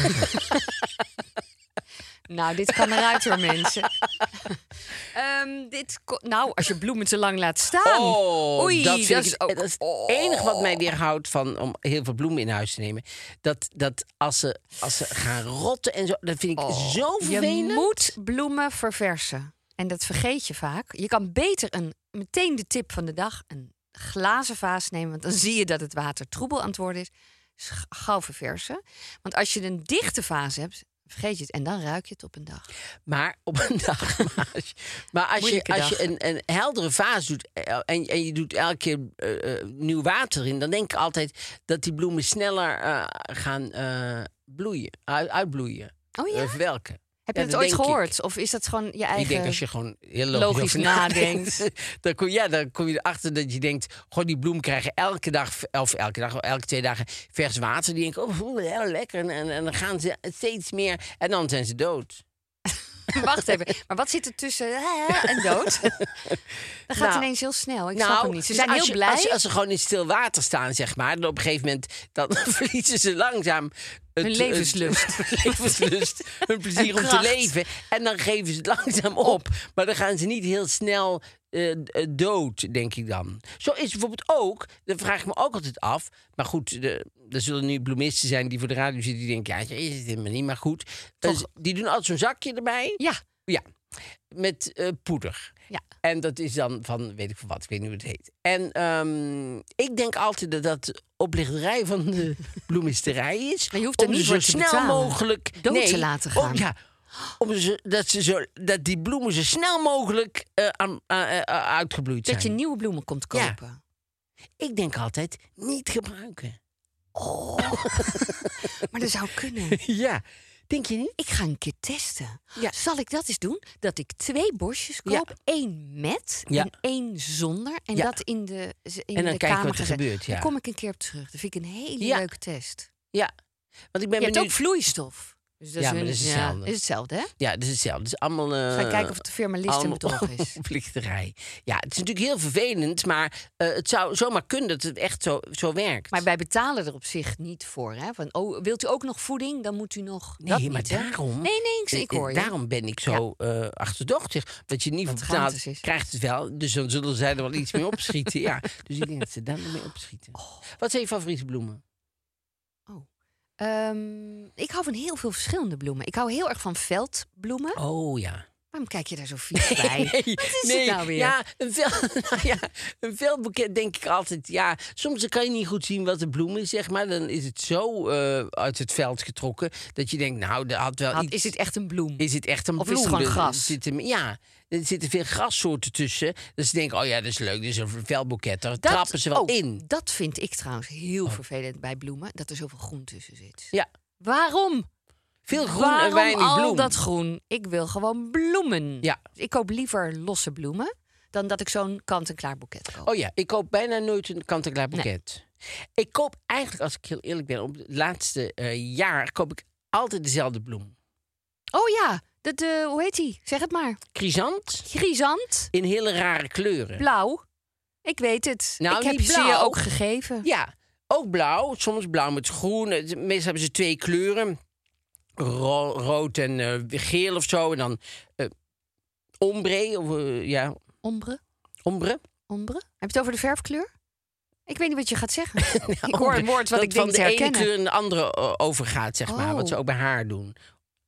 Speaker 5: Nou, dit kan eruit hoor, mensen. Ehm, dit ko- nou, als je bloemen te lang laat staan.
Speaker 4: Oh,
Speaker 5: Oei,
Speaker 4: dat, vind
Speaker 5: dat
Speaker 4: ik
Speaker 5: is
Speaker 4: het,
Speaker 5: ook-
Speaker 4: dat is het
Speaker 5: oh.
Speaker 4: enige wat mij weerhoudt van om heel veel bloemen in huis te nemen. Dat, dat als, ze, als ze gaan rotten en zo, dat vind ik
Speaker 5: Oh,
Speaker 4: zo vervelend.
Speaker 5: Je moet bloemen verversen. En dat vergeet je vaak. Je kan beter een, meteen de tip van de dag... een glazen vaas nemen, want dan zie je dat het water troebel aan het worden is. Sch- Gauw verversen. Want als je een dichte vaas hebt, vergeet je het. En dan ruik je het op een dag.
Speaker 4: Maar op een dag. Maar als je, maar als je,
Speaker 5: Moeilijke
Speaker 4: als je
Speaker 5: dag.
Speaker 4: een, een heldere vaas doet eh, en, en je doet elke keer eh, eh, nieuw water in, dan denk ik altijd dat die bloemen sneller eh, gaan eh, bloeien, uit, uitbloeien,
Speaker 5: Oh ja?
Speaker 4: eh, verwelken.
Speaker 5: Heb je
Speaker 4: Ja,
Speaker 5: het
Speaker 4: dat
Speaker 5: ooit
Speaker 4: denk ik.
Speaker 5: gehoord? Of is dat gewoon je eigen...
Speaker 4: Ik denk als je gewoon heel logisch,
Speaker 5: logisch
Speaker 4: over
Speaker 5: nadenkt.
Speaker 4: dan, kom, ja, dan kom je erachter dat je denkt... Goh, die bloemen krijgen elke dag, of elke dag, elke twee dagen vers water. Die denken, oh, voel heel lekker. En, en, en dan gaan ze steeds meer en dan zijn ze dood.
Speaker 5: Wacht even. Maar wat zit er tussen eh, en dood? Dat gaat
Speaker 4: Nou,
Speaker 5: ineens heel snel. Ik snap hem niet. Ze
Speaker 4: dus
Speaker 5: zijn
Speaker 4: als
Speaker 5: heel
Speaker 4: je-
Speaker 5: blij.
Speaker 4: Als, je- als ze gewoon in stil water staan, zeg maar... dan op een gegeven moment dan verliezen ze langzaam... Het,
Speaker 5: Hun levenslust.
Speaker 4: het- hun levenslust, hun plezier
Speaker 5: En
Speaker 4: om te
Speaker 5: kracht.
Speaker 4: leven. En dan geven ze het langzaam op. Maar dan gaan ze niet heel snel eh, eh, dood, denk ik dan. Zo is het bijvoorbeeld ook, dat vraag ik me ook altijd af... maar goed, de, er zullen nu bloemisten zijn die voor de radio zitten... die denken, ja, is het helemaal niet, maar goed.
Speaker 5: Toch.
Speaker 4: Eh, die doen altijd zo'n zakje erbij.
Speaker 5: Ja.
Speaker 4: Ja, met eh, poeder.
Speaker 5: Ja.
Speaker 4: En dat is dan van, weet ik veel wat, ik weet niet hoe het heet. En ehm, ik denk altijd dat dat de oplichterij van de bloemisterij is.
Speaker 5: Maar je hoeft er
Speaker 4: om
Speaker 5: niet
Speaker 4: ze
Speaker 5: voor
Speaker 4: zo
Speaker 5: te
Speaker 4: snel
Speaker 5: betalen.
Speaker 4: mogelijk
Speaker 5: Dood
Speaker 4: nee,
Speaker 5: te laten
Speaker 4: om-
Speaker 5: gaan.
Speaker 4: ja, om ze, dat, ze zo, dat die bloemen zo snel mogelijk eh, aan, aan, eh, uitgebloeid zijn.
Speaker 5: Dat je nieuwe bloemen komt
Speaker 4: Ja.
Speaker 5: kopen.
Speaker 4: Ik denk altijd, niet gebruiken.
Speaker 5: Maar dat zou kunnen.
Speaker 4: Ja, denk je niet?
Speaker 5: Ik ga een keer testen.
Speaker 4: Ja.
Speaker 5: Zal ik dat eens doen? Dat ik twee bosjes
Speaker 4: Ja.
Speaker 5: koop. één met
Speaker 4: Ja.
Speaker 5: en één zonder. En
Speaker 4: Ja.
Speaker 5: dat in de, in
Speaker 4: En dan
Speaker 5: de
Speaker 4: kijken
Speaker 5: kamer
Speaker 4: wat er
Speaker 5: gezet.
Speaker 4: gebeurt, ja.
Speaker 5: Daar kom ik een keer op terug. Dat vind ik een hele
Speaker 4: Ja.
Speaker 5: leuke test.
Speaker 4: Ja, want ik ben
Speaker 5: Je hebt
Speaker 4: benieuwd...
Speaker 5: ook vloeistof. Dus dat
Speaker 4: Ja,
Speaker 5: is
Speaker 4: maar
Speaker 5: een-
Speaker 4: dat is hetzelfde.
Speaker 5: is hetzelfde, hè?
Speaker 4: Ja, dat is hetzelfde. Het is allemaal... eh,
Speaker 5: Ga kijken of het de firma List en
Speaker 4: allemaal
Speaker 5: Bedrog is.
Speaker 4: oplichterij. Ja, het is natuurlijk heel vervelend, maar eh, het zou zomaar kunnen dat het echt zo, zo werkt.
Speaker 5: Maar wij betalen er op zich niet voor. Hè? Van, oh, wilt u ook nog voeding? Dan moet u nog.
Speaker 4: Nee,
Speaker 5: dat
Speaker 4: maar
Speaker 5: niet, hè?
Speaker 4: daarom...
Speaker 5: Nee, nee, ik, ik
Speaker 4: eh,
Speaker 5: hoor je.
Speaker 4: Daarom ben ik zo eh achterdochtig. Dat je niet
Speaker 5: Dat
Speaker 4: voor
Speaker 5: het
Speaker 4: betaalt,
Speaker 5: gratis is.
Speaker 4: krijgt het wel. Dus dan zullen zij er wel iets mee opschieten. Ja, dus ik denk dat ze daar nog mee opschieten.
Speaker 5: Oh.
Speaker 4: Wat zijn je favoriete bloemen?
Speaker 5: Ehm, ik hou van heel veel verschillende bloemen. Ik hou heel erg van veldbloemen.
Speaker 4: Oh ja.
Speaker 5: Waarom kijk je daar zo vies bij?
Speaker 4: Nee,
Speaker 5: Wat is
Speaker 4: nee,
Speaker 5: het nou weer?
Speaker 4: Ja, een, vel, nou ja, een veldboeket denk ik altijd. Ja, soms kan je niet goed zien wat de bloem is, zeg maar. Dan is het zo eh, uit het veld getrokken dat je denkt, nou, dat had wel
Speaker 5: Had-
Speaker 4: iets.
Speaker 5: is het echt een bloem?
Speaker 4: Is het echt een
Speaker 5: Of is
Speaker 4: bloem?
Speaker 5: het gewoon
Speaker 4: Er-
Speaker 5: gras?
Speaker 4: Er zitten, ja, er zitten veel grassoorten tussen. Dus ze denken, oh ja, dat is leuk, dit is een veldboeket. Daar
Speaker 5: Dat-
Speaker 4: trappen ze wel
Speaker 5: oh,
Speaker 4: in.
Speaker 5: Dat vind ik trouwens heel vervelend bij bloemen. Dat er zoveel groen tussen zit.
Speaker 4: Ja,
Speaker 5: Waarom?
Speaker 4: veel groen
Speaker 5: Waarom
Speaker 4: en weinig
Speaker 5: al
Speaker 4: bloem.
Speaker 5: dat groen? Ik wil gewoon bloemen.
Speaker 4: Ja.
Speaker 5: Dus ik koop liever losse bloemen dan dat ik zo'n kant-en-klaar boeket koop.
Speaker 4: Oh ja, ik koop bijna nooit een kant-en-klaar boeket. Ik koop eigenlijk, als ik heel eerlijk ben, op het laatste eh, jaar koop ik altijd dezelfde bloem.
Speaker 5: Oh ja, dat, eh, hoe heet die? Zeg het maar.
Speaker 4: Chrysant
Speaker 5: Grisant,
Speaker 4: in hele rare kleuren.
Speaker 5: blauw. Ik weet het.
Speaker 4: Nou,
Speaker 5: ik heb
Speaker 4: niet
Speaker 5: ze je
Speaker 4: blauw.
Speaker 5: ook gegeven.
Speaker 4: Ja, ook blauw. Soms blauw met groen. Het- Meestal hebben ze twee kleuren. Ro- rood en eh, geel of zo. En dan eh, ombre. Of, eh, ja,
Speaker 5: Ombre,
Speaker 4: ombre.
Speaker 5: ombre. Heb je het over de verfkleur? Ik weet niet wat je gaat zeggen. ik hoor
Speaker 4: Ombre.
Speaker 5: een woord wat
Speaker 4: Dat
Speaker 5: ik denk
Speaker 4: van
Speaker 5: te
Speaker 4: de ene
Speaker 5: herkennen.
Speaker 4: kleur in de andere eh, overgaat, zeg maar.
Speaker 5: Oh.
Speaker 4: Wat ze ook bij haar doen.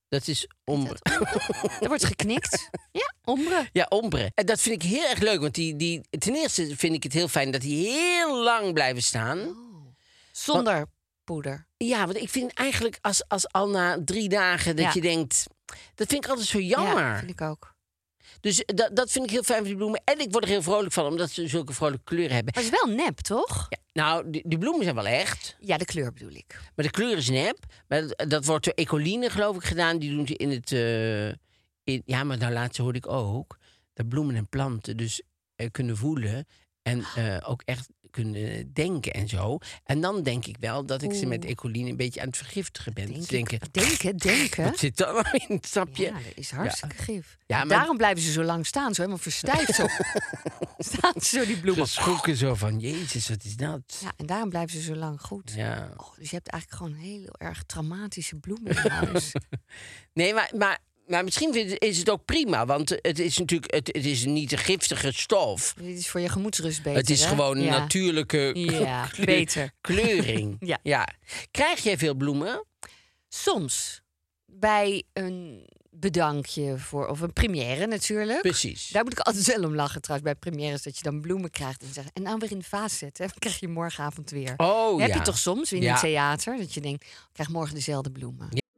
Speaker 4: Dat is ombre.
Speaker 5: Er wordt geknikt. Ja, ombre.
Speaker 4: Ja, ombre. En dat vind ik heel erg leuk. Want die, die, ten eerste vind ik het heel fijn dat die heel lang blijven staan.
Speaker 5: Oh. Zonder want, poeder.
Speaker 4: Ja, want ik vind eigenlijk als, als al na drie dagen dat ja. je denkt... Dat vind ik altijd zo jammer.
Speaker 5: Ja, vind ik ook.
Speaker 4: Dus dat, dat vind ik heel fijn van die bloemen. En ik word er heel vrolijk van, omdat ze zulke vrolijke kleuren hebben.
Speaker 5: Maar het is wel nep, toch?
Speaker 4: Ja, nou, die, die bloemen zijn wel echt.
Speaker 5: Ja, de kleur bedoel ik.
Speaker 4: Maar de kleur is nep. Maar dat, dat wordt door Ecoline, geloof ik, gedaan. Die doen ze in het... Uh, in, ja, maar nou laatst hoorde ik ook... dat bloemen en planten dus uh, kunnen voelen... en uh, ook echt kunnen denken en zo. En dan denk ik wel dat ik Oeh. ze met Ecoline een beetje aan het vergiftigen ben.
Speaker 5: Denk
Speaker 4: denken,
Speaker 5: denken, denken.
Speaker 4: Wat zit dan nou in het sapje?
Speaker 5: Ja, dat is hartstikke ja. gif.
Speaker 4: Ja, maar...
Speaker 5: Daarom blijven ze zo lang staan, zo helemaal verstijfd. Zo. Staan ze zo die bloemen.
Speaker 4: Ze schrokken zo van, jezus, wat is dat?
Speaker 5: Ja, en daarom blijven ze zo lang goed.
Speaker 4: Ja.
Speaker 5: Oh, dus je hebt eigenlijk gewoon heel erg traumatische bloemen in huis.
Speaker 4: Nee, maar... maar Maar misschien is het ook prima, want het is natuurlijk het, het is niet een giftige stof.
Speaker 5: Dit is voor je gemoedsrust beter.
Speaker 4: Het is
Speaker 5: hè?
Speaker 4: gewoon een
Speaker 5: ja.
Speaker 4: natuurlijke
Speaker 5: ja,
Speaker 4: kleur,
Speaker 5: beter.
Speaker 4: kleuring.
Speaker 5: ja.
Speaker 4: Ja. Krijg jij veel bloemen?
Speaker 5: Soms. Bij een bedankje voor, of een première natuurlijk.
Speaker 4: Precies.
Speaker 5: Daar moet ik altijd wel om lachen trouwens, bij premières, dat je dan bloemen krijgt en zeggen, en nou weer in de vaas zetten, dan krijg je morgenavond weer.
Speaker 4: Oh,
Speaker 5: dat heb
Speaker 4: ja.
Speaker 5: je toch soms in
Speaker 4: ja.
Speaker 5: het theater, dat je denkt, ik krijg morgen dezelfde bloemen.
Speaker 4: Ja.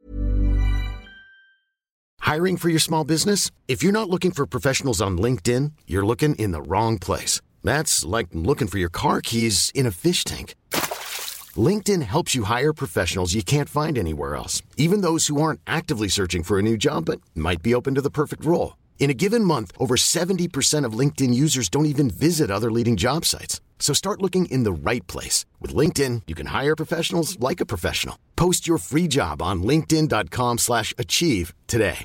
Speaker 2: Hiring for your small business? If you're not looking for professionals on LinkedIn, you're looking in the wrong place. That's like looking for your car keys in a fish tank. LinkedIn helps you hire professionals you can't find anywhere else, even those who aren't actively searching for a new job but might be open to the perfect role. In a given month, over seventy percent of LinkedIn users don't even visit other leading job sites. So start looking in the right place. With LinkedIn, you can hire professionals like a professional. Post your free job on linkedin.com slash achieve today.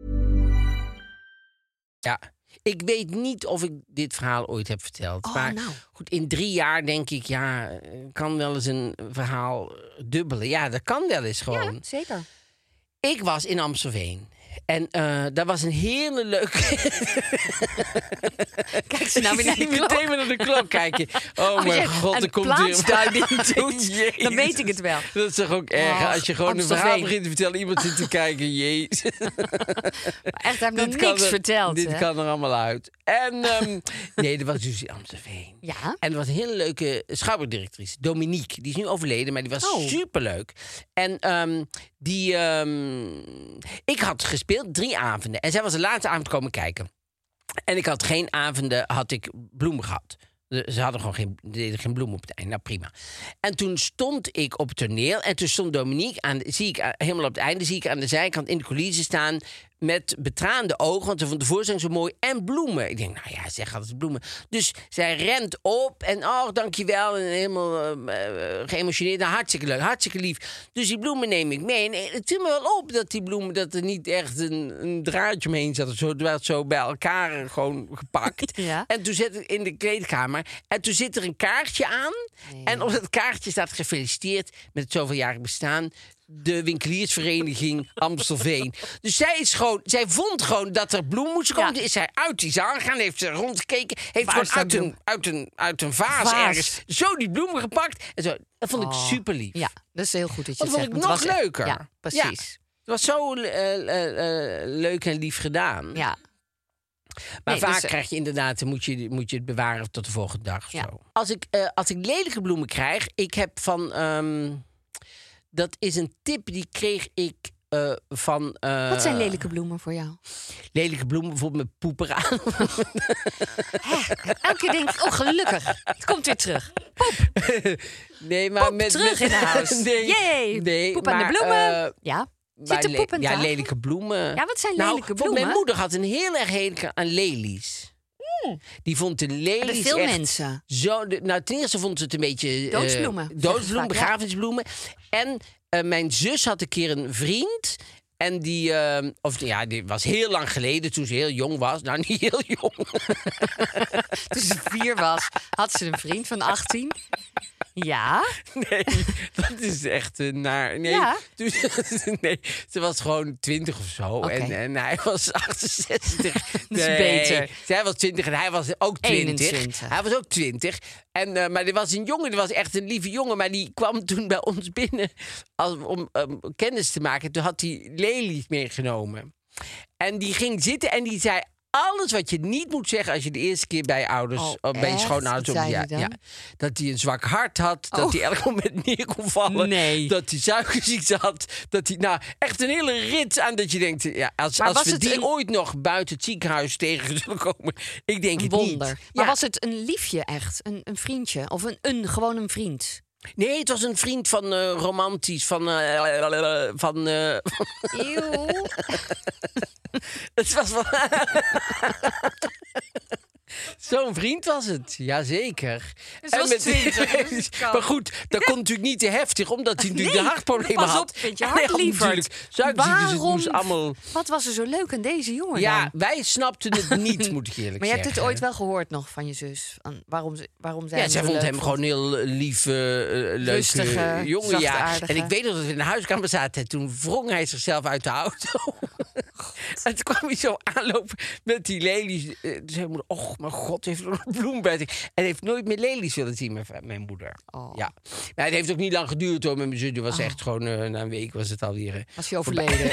Speaker 4: Ja, ik weet niet of ik dit verhaal ooit heb verteld.
Speaker 5: Oh,
Speaker 4: maar
Speaker 5: nou.
Speaker 4: goed, in drie jaar denk ik, ja, kan wel eens een verhaal dubbelen. Ja, dat kan wel eens gewoon.
Speaker 5: Ja, zeker.
Speaker 4: Ik was in Amstelveen. En uh, daar was een hele leuke...
Speaker 5: Kijk ze nou weer naar de klok.
Speaker 4: Meteen weer naar de klok kijken. Oh, oh mijn god, er komt weer...
Speaker 5: plaatsduiding doet, dan weet ik het wel.
Speaker 4: Dat is toch ook erg.
Speaker 5: Oh,
Speaker 4: als je gewoon
Speaker 5: Amstelveen.
Speaker 4: een verhaal begint te vertellen... iemand zit te kijken, jezus.
Speaker 5: Maar echt, hij heeft nog niks
Speaker 4: er,
Speaker 5: verteld.
Speaker 4: Dit
Speaker 5: hè?
Speaker 4: kan er allemaal uit. En um, nee, dat was dus in Amstelveen.
Speaker 5: Ja?
Speaker 4: En er was een hele leuke schouwburgdirectrice, Dominique. Die is nu overleden, maar die was
Speaker 5: oh.
Speaker 4: superleuk. En um, die... Um, ik had gespeeld drie avonden. En zij was de laatste avond komen kijken. En ik had geen avonden, had ik bloemen gehad. Ze hadden gewoon geen, deden geen bloemen op het einde. Nou, prima. En toen stond ik op het toneel. En toen stond Dominique, aan de, zie ik helemaal op het einde... zie ik aan de zijkant in de coulissen staan... met betraande ogen, want ze vond de voorstelling zo mooi. En bloemen. Ik denk, nou ja, zeg altijd bloemen. Dus zij rent op en, oh, dankjewel. En helemaal uh, geëmotioneerd. Nou, hartstikke leuk, hartstikke lief. Dus die bloemen neem ik mee. En het viel me wel op dat die bloemen... dat er niet echt een, een draadje omheen zat. Zo, het werd zo bij elkaar gewoon gepakt.
Speaker 5: Ja.
Speaker 4: En toen zit ik in de kleedkamer... En toen zit er een kaartje aan. Nee. En op dat kaartje staat gefeliciteerd met het zoveeljarig bestaan. De winkeliersvereniging Amstelveen. Dus zij is gewoon, zij vond gewoon dat er bloem moest komen. Ja. Toen is zij uit die zaal gegaan, heeft ze rondgekeken. Heeft
Speaker 5: Waar
Speaker 4: gewoon uit een, uit, een, uit een vaas, vaas ergens zo die bloemen gepakt. En zo. Dat vond ik
Speaker 5: oh.
Speaker 4: super lief.
Speaker 5: Ja, dat is heel goed dat je
Speaker 4: dat
Speaker 5: het
Speaker 4: vond
Speaker 5: zegt.
Speaker 4: ik nog leuker.
Speaker 5: Ja, precies. Ja. Het
Speaker 4: was zo uh, uh, uh, leuk en lief gedaan.
Speaker 5: Ja.
Speaker 4: Maar
Speaker 5: nee,
Speaker 4: vaak
Speaker 5: dus,
Speaker 4: krijg je inderdaad, moet je, moet je het bewaren tot de volgende dag of
Speaker 5: ja.
Speaker 4: zo. Als ik, uh, als ik lelijke bloemen krijg, ik heb van... Um, dat is een tip die kreeg ik uh, van... Uh,
Speaker 5: Wat zijn lelijke bloemen voor jou?
Speaker 4: Lelijke bloemen, bijvoorbeeld met poep eraan.
Speaker 5: Elke keer denk ik, oh gelukkig, het komt weer terug. Poep.
Speaker 4: Nee, maar
Speaker 5: poep
Speaker 4: met,
Speaker 5: terug
Speaker 4: met,
Speaker 5: in huis.
Speaker 4: Nee,
Speaker 5: Yay.
Speaker 4: nee,
Speaker 5: poep
Speaker 4: maar,
Speaker 5: aan de bloemen.
Speaker 4: Uh,
Speaker 5: ja. Zit er poep aan
Speaker 4: Ja,
Speaker 5: tafel?
Speaker 4: lelijke bloemen.
Speaker 5: Ja, wat zijn
Speaker 4: nou,
Speaker 5: lelijke bloemen?
Speaker 4: Mijn moeder had een heel erg hekel aan lelies. Mm. Die vond de lelies
Speaker 5: Hebben veel
Speaker 4: echt
Speaker 5: mensen.
Speaker 4: Zo, de, nou, ten eerste vond ze het een beetje...
Speaker 5: Doodsbloemen.
Speaker 4: Uh, doodsbloemen, begrafenisbloemen. Ja. En uh, mijn zus had een keer een vriend... En die, uh, of ja, die was heel lang geleden, toen ze heel jong was. Nou, niet heel jong.
Speaker 5: Toen ze vier was, had ze een vriend van achttien. Ja?
Speaker 4: Nee, dat is echt uh, naar. Nee,
Speaker 5: Ja?
Speaker 4: toen, nee, ze was gewoon twintig of zo.
Speaker 5: Oké.
Speaker 4: En, en hij was achtenzestig.
Speaker 5: Dat is beter.
Speaker 4: Zij was twintig en hij was ook twintig.
Speaker 5: eenentwintig.
Speaker 4: Hij was ook twintig. En, uh, maar er was een jongen, die was echt een lieve jongen. Maar die kwam toen bij ons binnen als, om um, kennis te maken. Toen had hij lelies meegenomen. En die ging zitten en die zei... Alles wat je niet moet zeggen als je de eerste keer bij je ouders,
Speaker 5: Oh,
Speaker 4: of bij je
Speaker 5: echt?
Speaker 4: schoonouders,
Speaker 5: Wat
Speaker 4: op,
Speaker 5: zei
Speaker 4: ja,
Speaker 5: hij dan?
Speaker 4: ja, dat hij een zwak hart had,
Speaker 5: Oh.
Speaker 4: dat hij elk moment neer kon vallen,
Speaker 5: Nee.
Speaker 4: dat hij suikerziekte had, dat hij, nou, echt een hele rit aan dat je denkt, ja, als,
Speaker 5: Maar
Speaker 4: als
Speaker 5: was
Speaker 4: we
Speaker 5: het
Speaker 4: die
Speaker 5: een-
Speaker 4: ooit nog buiten het ziekenhuis tegen zullen komen, ik denk
Speaker 5: Een
Speaker 4: het
Speaker 5: wonder.
Speaker 4: niet.
Speaker 5: Maar
Speaker 4: Ja.
Speaker 5: was het een liefje echt? Een, een vriendje? Of een, een gewoon een vriend?
Speaker 4: Nee, het was een vriend van uh, romantisch, van, uh, van, uh,
Speaker 5: Eeuw.
Speaker 4: het was van... Zo'n vriend was het, jazeker.
Speaker 5: Dus het was
Speaker 4: En
Speaker 5: twintig, dus het kan.
Speaker 4: maar goed, dat kon natuurlijk niet te heftig, omdat hij natuurlijk
Speaker 5: Nee,
Speaker 4: de hartproblemen
Speaker 5: pas
Speaker 4: had.
Speaker 5: op met je
Speaker 4: En hij
Speaker 5: hart,
Speaker 4: had
Speaker 5: lieverd.
Speaker 4: natuurlijk suikerziekte, dus het moest allemaal...
Speaker 5: Wat was er zo leuk aan deze jongen
Speaker 4: Ja,
Speaker 5: dan?
Speaker 4: wij snapten het niet, moet ik eerlijk
Speaker 5: Maar je hebt
Speaker 4: zeggen.
Speaker 5: het ooit wel gehoord nog van je zus? Van waarom, ze, waarom zij
Speaker 4: Ja,
Speaker 5: hem
Speaker 4: zij
Speaker 5: zo
Speaker 4: vond
Speaker 5: leuk
Speaker 4: hem gewoon heel eh, lief, eh, leuke
Speaker 5: Rustige,
Speaker 4: jongen. Ja.
Speaker 5: zachtaardige.
Speaker 4: En ik weet nog dat we in de huiskamer zaten. En toen wrong hij zichzelf uit de auto. En toen kwam hij zo aanlopen met die lelies. Eh, Toen zei mijn moeder, och, mijn god, heeft er een bloem bij zich. En hij heeft nooit meer lelies willen zien, mijn, mijn moeder.
Speaker 5: Oh.
Speaker 4: Ja. Maar het heeft ook niet lang geduurd hoor, met mijn zus. Het was echt gewoon, eh, na een week was het alweer... eh,
Speaker 5: Was hij overleden?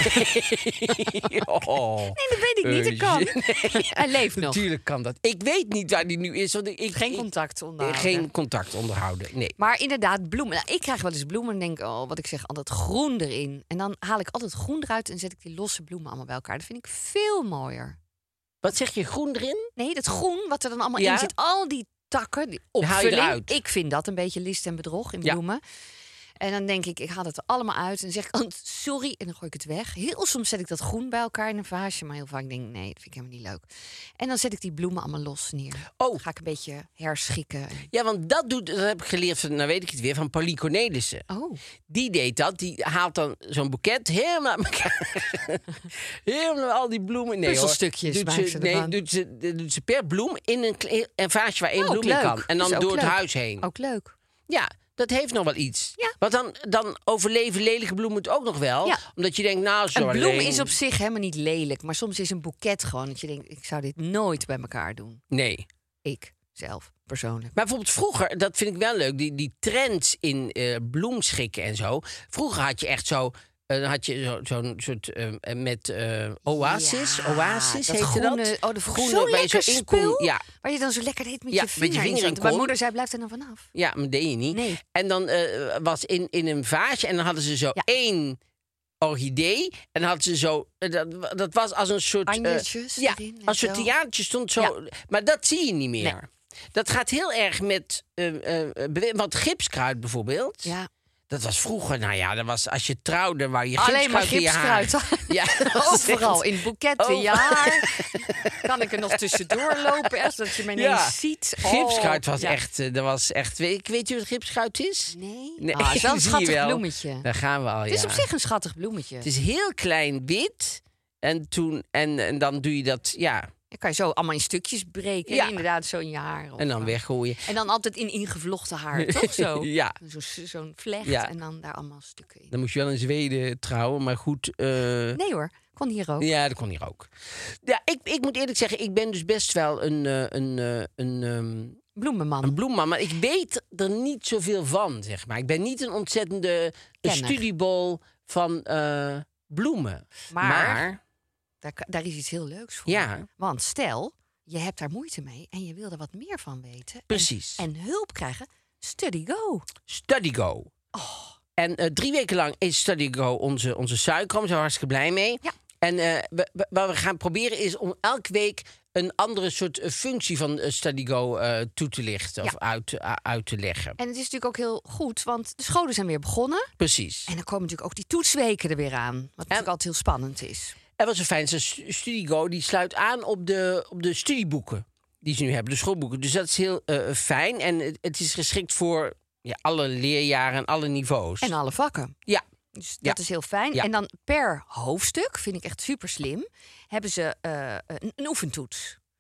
Speaker 4: oh.
Speaker 5: Nee, dat weet ik niet. Dat kan. Hij leeft nog.
Speaker 4: Natuurlijk kan dat. Ik weet niet waar hij nu is. Want ik,
Speaker 5: Geen
Speaker 4: ik-
Speaker 5: contact onderhouden.
Speaker 4: Geen contact onderhouden, nee.
Speaker 5: Maar inderdaad, bloemen. Nou, ik krijg wel eens bloemen en denk, oh, wat ik zeg, altijd groen erin. En dan haal ik altijd groen eruit en zet ik die losse bloemen allemaal bij elkaar. Dat vind ik veel mooier.
Speaker 4: Wat zeg je, groen erin?
Speaker 5: Nee, dat groen wat er dan allemaal
Speaker 4: Ja.
Speaker 5: in zit. Al die takken, die
Speaker 4: haal je
Speaker 5: opvulling.
Speaker 4: eruit.
Speaker 5: Ik vind dat een beetje list en bedrog in
Speaker 4: Ja.
Speaker 5: bloemen. En dan denk ik, ik haal het er allemaal uit. En dan zeg ik altijd sorry en dan gooi ik het weg. Heel soms zet ik dat groen bij elkaar in een vaasje. Maar heel vaak denk ik, nee, dat vind ik helemaal niet leuk. En dan zet ik die bloemen allemaal los neer.
Speaker 4: Oh.
Speaker 5: Dan ga ik een beetje herschikken.
Speaker 4: Ja, want dat doet, dat heb ik geleerd van, nou weet ik het weer, van Pauline Cornelissen.
Speaker 5: Oh,
Speaker 4: Die deed dat. Die haalt dan zo'n boeket helemaal aan elkaar. helemaal al die bloemen. Nee, hoor.
Speaker 5: Puzzelstukjes
Speaker 4: Doet
Speaker 5: maken
Speaker 4: ze,
Speaker 5: ze
Speaker 4: nee,
Speaker 5: ervan.
Speaker 4: doet ze, doet ze per bloem in een, kle- een vaasje waar één
Speaker 5: Ook
Speaker 4: bloem in
Speaker 5: leuk.
Speaker 4: kan. En
Speaker 5: Is
Speaker 4: dan
Speaker 5: ook
Speaker 4: door het
Speaker 5: leuk.
Speaker 4: huis heen.
Speaker 5: ook leuk.
Speaker 4: Ja, dat heeft nog wel iets.
Speaker 5: Ja.
Speaker 4: Want dan, dan overleven lelijke bloemen het ook nog wel.
Speaker 5: Ja.
Speaker 4: Omdat je denkt, nou zo
Speaker 5: Een bloem
Speaker 4: alleen-
Speaker 5: is op zich helemaal niet lelijk. Maar soms is een boeket gewoon dat je denkt, ik zou dit nooit bij elkaar doen.
Speaker 4: Nee.
Speaker 5: Ik zelf, persoonlijk.
Speaker 4: Maar bijvoorbeeld vroeger, dat vind ik wel leuk, die, die trends in eh, bloemschikken en zo. Vroeger had je echt zo, eh, had je zo- zo'n soort eh, met eh, oasis,
Speaker 5: Ja,
Speaker 4: oasis
Speaker 5: dat
Speaker 4: heette
Speaker 5: groene-
Speaker 4: dat.
Speaker 5: oh, dat vond ik
Speaker 4: Groene,
Speaker 5: zo
Speaker 4: waar je zo
Speaker 5: lekker
Speaker 4: in kon-
Speaker 5: spul.
Speaker 4: Ja,
Speaker 5: Waar je dan zo lekker deed met
Speaker 4: Ja,
Speaker 5: je
Speaker 4: met
Speaker 5: vinger,
Speaker 4: je vinger
Speaker 5: in
Speaker 4: in
Speaker 5: zat. Mijn
Speaker 4: kon.
Speaker 5: moeder zei, blijf er dan vanaf.
Speaker 4: ja, maar deed je niet.
Speaker 5: Nee.
Speaker 4: En dan eh, was in, in een vaasje en dan hadden ze zo
Speaker 5: Ja.
Speaker 4: één orchidee. En dan hadden ze zo, eh, dat, dat was als een soort... eh,
Speaker 5: Anjetjes
Speaker 4: ja,
Speaker 5: erin en
Speaker 4: als een soort
Speaker 5: zo.
Speaker 4: theatertje stond zo.
Speaker 5: Ja.
Speaker 4: Maar dat zie je niet meer.
Speaker 5: Nee.
Speaker 4: Dat gaat heel erg met... eh, eh, bewe- want gipskruid bijvoorbeeld...
Speaker 5: Ja.
Speaker 4: Dat was vroeger, nou ja, dat was als je trouwde, waar je
Speaker 5: Alleen maar
Speaker 4: gipskruid in je haar.
Speaker 5: gipskruid.
Speaker 4: Ja, dat was
Speaker 5: Overal,
Speaker 4: echt-
Speaker 5: in boeketten,
Speaker 4: Oh.
Speaker 5: je haar. Kan ik er nog tussendoor lopen, echt, dat je me ineens
Speaker 4: Ja.
Speaker 5: ziet. Oh,
Speaker 4: Gipskruid was
Speaker 5: ja.
Speaker 4: echt, eh, dat was echt, weet, weet je wat gipskruid is?
Speaker 5: Nee,
Speaker 4: Nee,
Speaker 5: Ah, het is wel een
Speaker 4: zie je
Speaker 5: schattig
Speaker 4: wel.
Speaker 5: bloemetje.
Speaker 4: Daar gaan we al,
Speaker 5: Het is
Speaker 4: ja.
Speaker 5: op zich een schattig bloemetje.
Speaker 4: Het is heel klein wit en, toen, en, en dan doe je dat, ja,
Speaker 5: Dan kan je zo allemaal in stukjes breken.
Speaker 4: Ja.
Speaker 5: En inderdaad zo in je haar. Of,
Speaker 4: en dan
Speaker 5: eh,
Speaker 4: weggooien.
Speaker 5: En dan altijd in ingevlochten haar, toch zo?
Speaker 4: Ja.
Speaker 5: Zo- Zo'n vlecht
Speaker 4: Ja.
Speaker 5: en dan daar allemaal stukken in.
Speaker 4: Dan moest je wel in Zweden trouwen, maar goed... eh,
Speaker 5: Nee hoor, kon hier ook.
Speaker 4: Ja, dat kon hier ook. Ja, ik, ik moet eerlijk zeggen, ik ben dus best wel een, eh, een, eh, een, ehm,
Speaker 5: Bloemenman.
Speaker 4: een bloemman. Maar ik weet er niet zoveel van, zeg maar. Ik ben niet een ontzettende een
Speaker 5: Kenner.
Speaker 4: studiebol van eh, bloemen.
Speaker 5: Maar- Daar, ka- daar is iets heel leuks voor.
Speaker 4: Ja.
Speaker 5: Want stel, je hebt daar moeite mee en je wil er wat meer van weten.
Speaker 4: Precies.
Speaker 5: En, en hulp krijgen, Study Go.
Speaker 4: StudyGo.
Speaker 5: Oh.
Speaker 4: En eh, drie weken lang is StudyGo onze, onze suikerom. Daar zijn we hartstikke blij mee.
Speaker 5: Ja.
Speaker 4: En eh, we- we- wat we gaan proberen is om elke week een andere soort eh, functie van eh, StudyGo eh, toe te lichten. Of
Speaker 5: Ja.
Speaker 4: uit, uh, uit te leggen.
Speaker 5: En het is natuurlijk ook heel goed, want de scholen zijn weer begonnen.
Speaker 4: Precies.
Speaker 5: En dan komen natuurlijk ook die toetsweken er weer aan. Wat natuurlijk altijd heel spannend is.
Speaker 4: En wat zo fijn is, dat StudyGo die sluit aan op de, op de studieboeken die ze nu hebben, de schoolboeken. Dus dat is heel eh, fijn. En het, het is geschikt voor ja, alle leerjaren en alle niveaus.
Speaker 5: En alle vakken.
Speaker 4: ja,
Speaker 5: Dus
Speaker 4: Ja.
Speaker 5: dat is heel fijn.
Speaker 4: Ja.
Speaker 5: En dan per hoofdstuk, vind ik echt super slim, hebben ze eh, een, een oefentoets.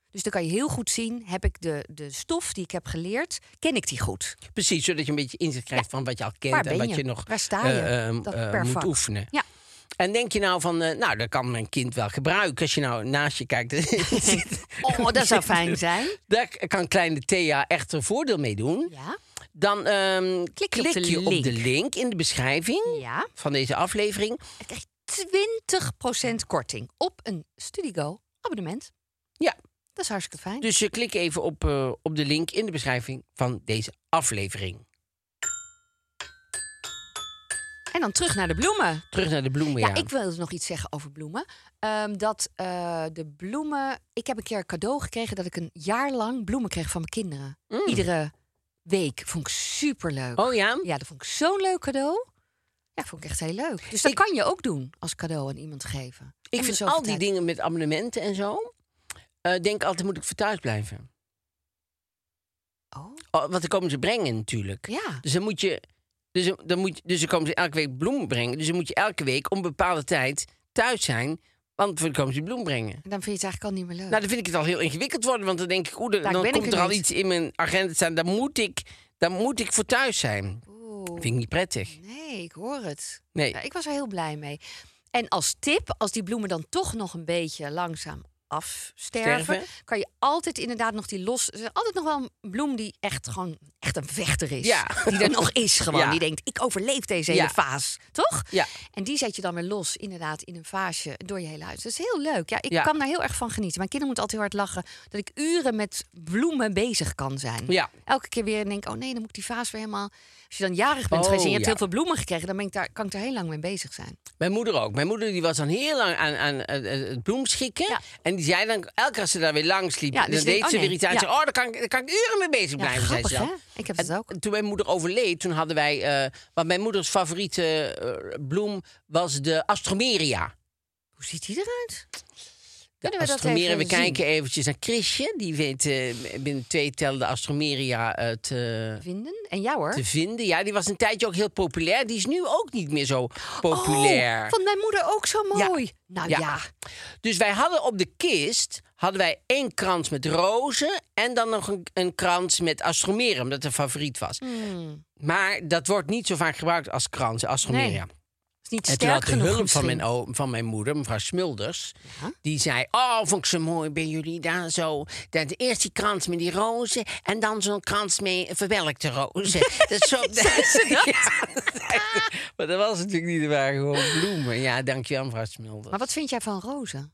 Speaker 5: Dus dan kan je heel goed zien, heb ik de, de stof die ik heb geleerd, ken ik die goed?
Speaker 4: Precies, zodat je een beetje inzicht krijgt
Speaker 5: Ja.
Speaker 4: van wat je al kent
Speaker 5: Waar
Speaker 4: en
Speaker 5: ben
Speaker 4: wat
Speaker 5: je?
Speaker 4: je nog
Speaker 5: Waar sta je?
Speaker 4: eh, eh,
Speaker 5: Dat
Speaker 4: eh,
Speaker 5: per
Speaker 4: moet
Speaker 5: vak.
Speaker 4: oefenen.
Speaker 5: Ja.
Speaker 4: En denk je nou van, eh, nou, dat kan mijn kind wel gebruiken. Als je nou naast je kijkt.
Speaker 5: Oh, dat zou fijn zijn.
Speaker 4: Daar kan kleine Thea echt een voordeel mee doen.
Speaker 5: Ja.
Speaker 4: Dan ehm,
Speaker 5: Klik je op
Speaker 4: klik
Speaker 5: de
Speaker 4: je op
Speaker 5: link.
Speaker 4: de link in de beschrijving
Speaker 5: Ja.
Speaker 4: van deze aflevering.
Speaker 5: Dan krijg je twintig procent korting op een StudyGo abonnement.
Speaker 4: Ja,
Speaker 5: Dat is hartstikke fijn.
Speaker 4: dus je klik even op, eh, op de link in de beschrijving van deze aflevering.
Speaker 5: En dan terug naar de bloemen.
Speaker 4: Terug naar de bloemen,
Speaker 5: Ja,
Speaker 4: ja.
Speaker 5: ik wil nog iets zeggen over bloemen. Ehm, dat eh, de bloemen... Ik heb een keer een cadeau gekregen dat ik een jaar lang bloemen kreeg van mijn kinderen. Iedere week. Vond ik superleuk.
Speaker 4: Oh ja?
Speaker 5: Ja, dat vond ik zo'n leuk cadeau. Ja, vond ik echt heel leuk. Dus dat
Speaker 4: Ik-
Speaker 5: kan je ook doen als cadeau aan iemand geven. Om
Speaker 4: Ik
Speaker 5: de
Speaker 4: vind
Speaker 5: zoveel
Speaker 4: al die
Speaker 5: tijd.
Speaker 4: dingen met abonnementen en zo... eh, denk altijd, moet ik voor thuis blijven.
Speaker 5: Oh,
Speaker 4: Oh, want dan komen ze brengen natuurlijk.
Speaker 5: ja.
Speaker 4: Dus dan moet je... Dus, dan moet, je- dus dan komen ze elke week bloemen brengen. Dus dan moet je elke week om een bepaalde tijd thuis zijn. Want dan komen ze bloemen brengen.
Speaker 5: En dan vind je het eigenlijk al niet meer leuk.
Speaker 4: Nou, dan vind ik het al heel ingewikkeld worden. Want dan denk ik, oeh, dan,
Speaker 5: Daar
Speaker 4: dan
Speaker 5: ben ik
Speaker 4: komt
Speaker 5: er
Speaker 4: er al
Speaker 5: niet.
Speaker 4: iets in mijn agenda staan. Dan moet ik, dan moet ik voor thuis zijn.
Speaker 5: Oeh.
Speaker 4: Dat vind ik niet prettig.
Speaker 5: Nee, ik hoor het.
Speaker 4: Nee.
Speaker 5: Ja, ik was er heel blij mee. En als tip, als die bloemen dan toch nog een beetje langzaam afsterven,
Speaker 4: Sterven?
Speaker 5: kan je altijd inderdaad nog die los... Er is altijd nog wel een bloem die echt gewoon echt een vechter is.
Speaker 4: Ja.
Speaker 5: Die er nog is gewoon.
Speaker 4: Ja.
Speaker 5: Die denkt, ik overleef deze
Speaker 4: Ja.
Speaker 5: hele vaas. Toch?
Speaker 4: Ja.
Speaker 5: En die zet je dan weer los, inderdaad, in een vaasje door je hele huis. Dat is heel leuk. Ja, ik
Speaker 4: Ja.
Speaker 5: kan daar heel erg van genieten. Mijn kinderen moeten altijd heel hard lachen dat ik uren met bloemen bezig kan zijn.
Speaker 4: Ja.
Speaker 5: Elke keer weer denk, oh nee, dan moet ik die vaas weer helemaal... Als je dan jarig bent
Speaker 4: Oh,
Speaker 5: geweest en je hebt
Speaker 4: ja.
Speaker 5: heel veel bloemen gekregen, dan ben ik daar, kan ik daar heel lang mee bezig zijn.
Speaker 4: Mijn moeder ook. Mijn moeder die was dan heel lang aan, aan eh, het bloemschikken.
Speaker 5: Ja.
Speaker 4: En die zei dan, elke keer als ze daar weer langs liep...
Speaker 5: Ja, dus
Speaker 4: dan
Speaker 5: denk-
Speaker 4: deed
Speaker 5: oh
Speaker 4: ze
Speaker 5: nee.
Speaker 4: weer iets aan.
Speaker 5: Ja.
Speaker 4: Ze zei, oh, daar kan, ik- daar kan ik uren mee bezig
Speaker 5: Ja,
Speaker 4: blijven, zei
Speaker 5: grappig,
Speaker 4: ze dan.
Speaker 5: hè? Ik heb het
Speaker 4: En
Speaker 5: ook.
Speaker 4: toen mijn moeder overleed, toen hadden wij... eh want mijn moeders favoriete eh, bloem was de Astromeria.
Speaker 5: Hoe ziet die eruit?
Speaker 4: De
Speaker 5: Kunnen we dat
Speaker 4: Astromeria,
Speaker 5: even
Speaker 4: we
Speaker 5: zien?
Speaker 4: kijken eventjes naar Chrisje. Die weet eh, binnen twee tellen de Astromeria eh, te,
Speaker 5: Vinden? En jou hoor.
Speaker 4: te vinden. Ja, die was een tijdje ook heel populair. Die is nu ook niet meer zo populair.
Speaker 5: Oh, vond mijn moeder ook zo
Speaker 4: Ja.
Speaker 5: mooi. Nou
Speaker 4: Ja.
Speaker 5: ja.
Speaker 4: Dus wij hadden op de kist hadden wij één krans met rozen en dan nog een, een krans met Astromeria, omdat het een favoriet was.
Speaker 5: Hmm.
Speaker 4: Maar dat wordt niet zo vaak gebruikt als krans, Astromeria.
Speaker 5: Nee. Is niet
Speaker 4: En toen
Speaker 5: sterk
Speaker 4: had de
Speaker 5: genoeg
Speaker 4: hulp van
Speaker 5: misschien.
Speaker 4: mijn, o- van mijn moeder, mevrouw Smulders,
Speaker 5: Ja.
Speaker 4: die zei... Oh, vond ik zo mooi bij jullie daar zo. De, de eerste krans met die rozen en dan zo'n krans met verwelkte rozen. Dat is zo, Ja, maar dat was natuurlijk niet, dat waren gewoon bloemen. Ja, dankjewel mevrouw Smulders.
Speaker 5: Maar wat vind jij van rozen?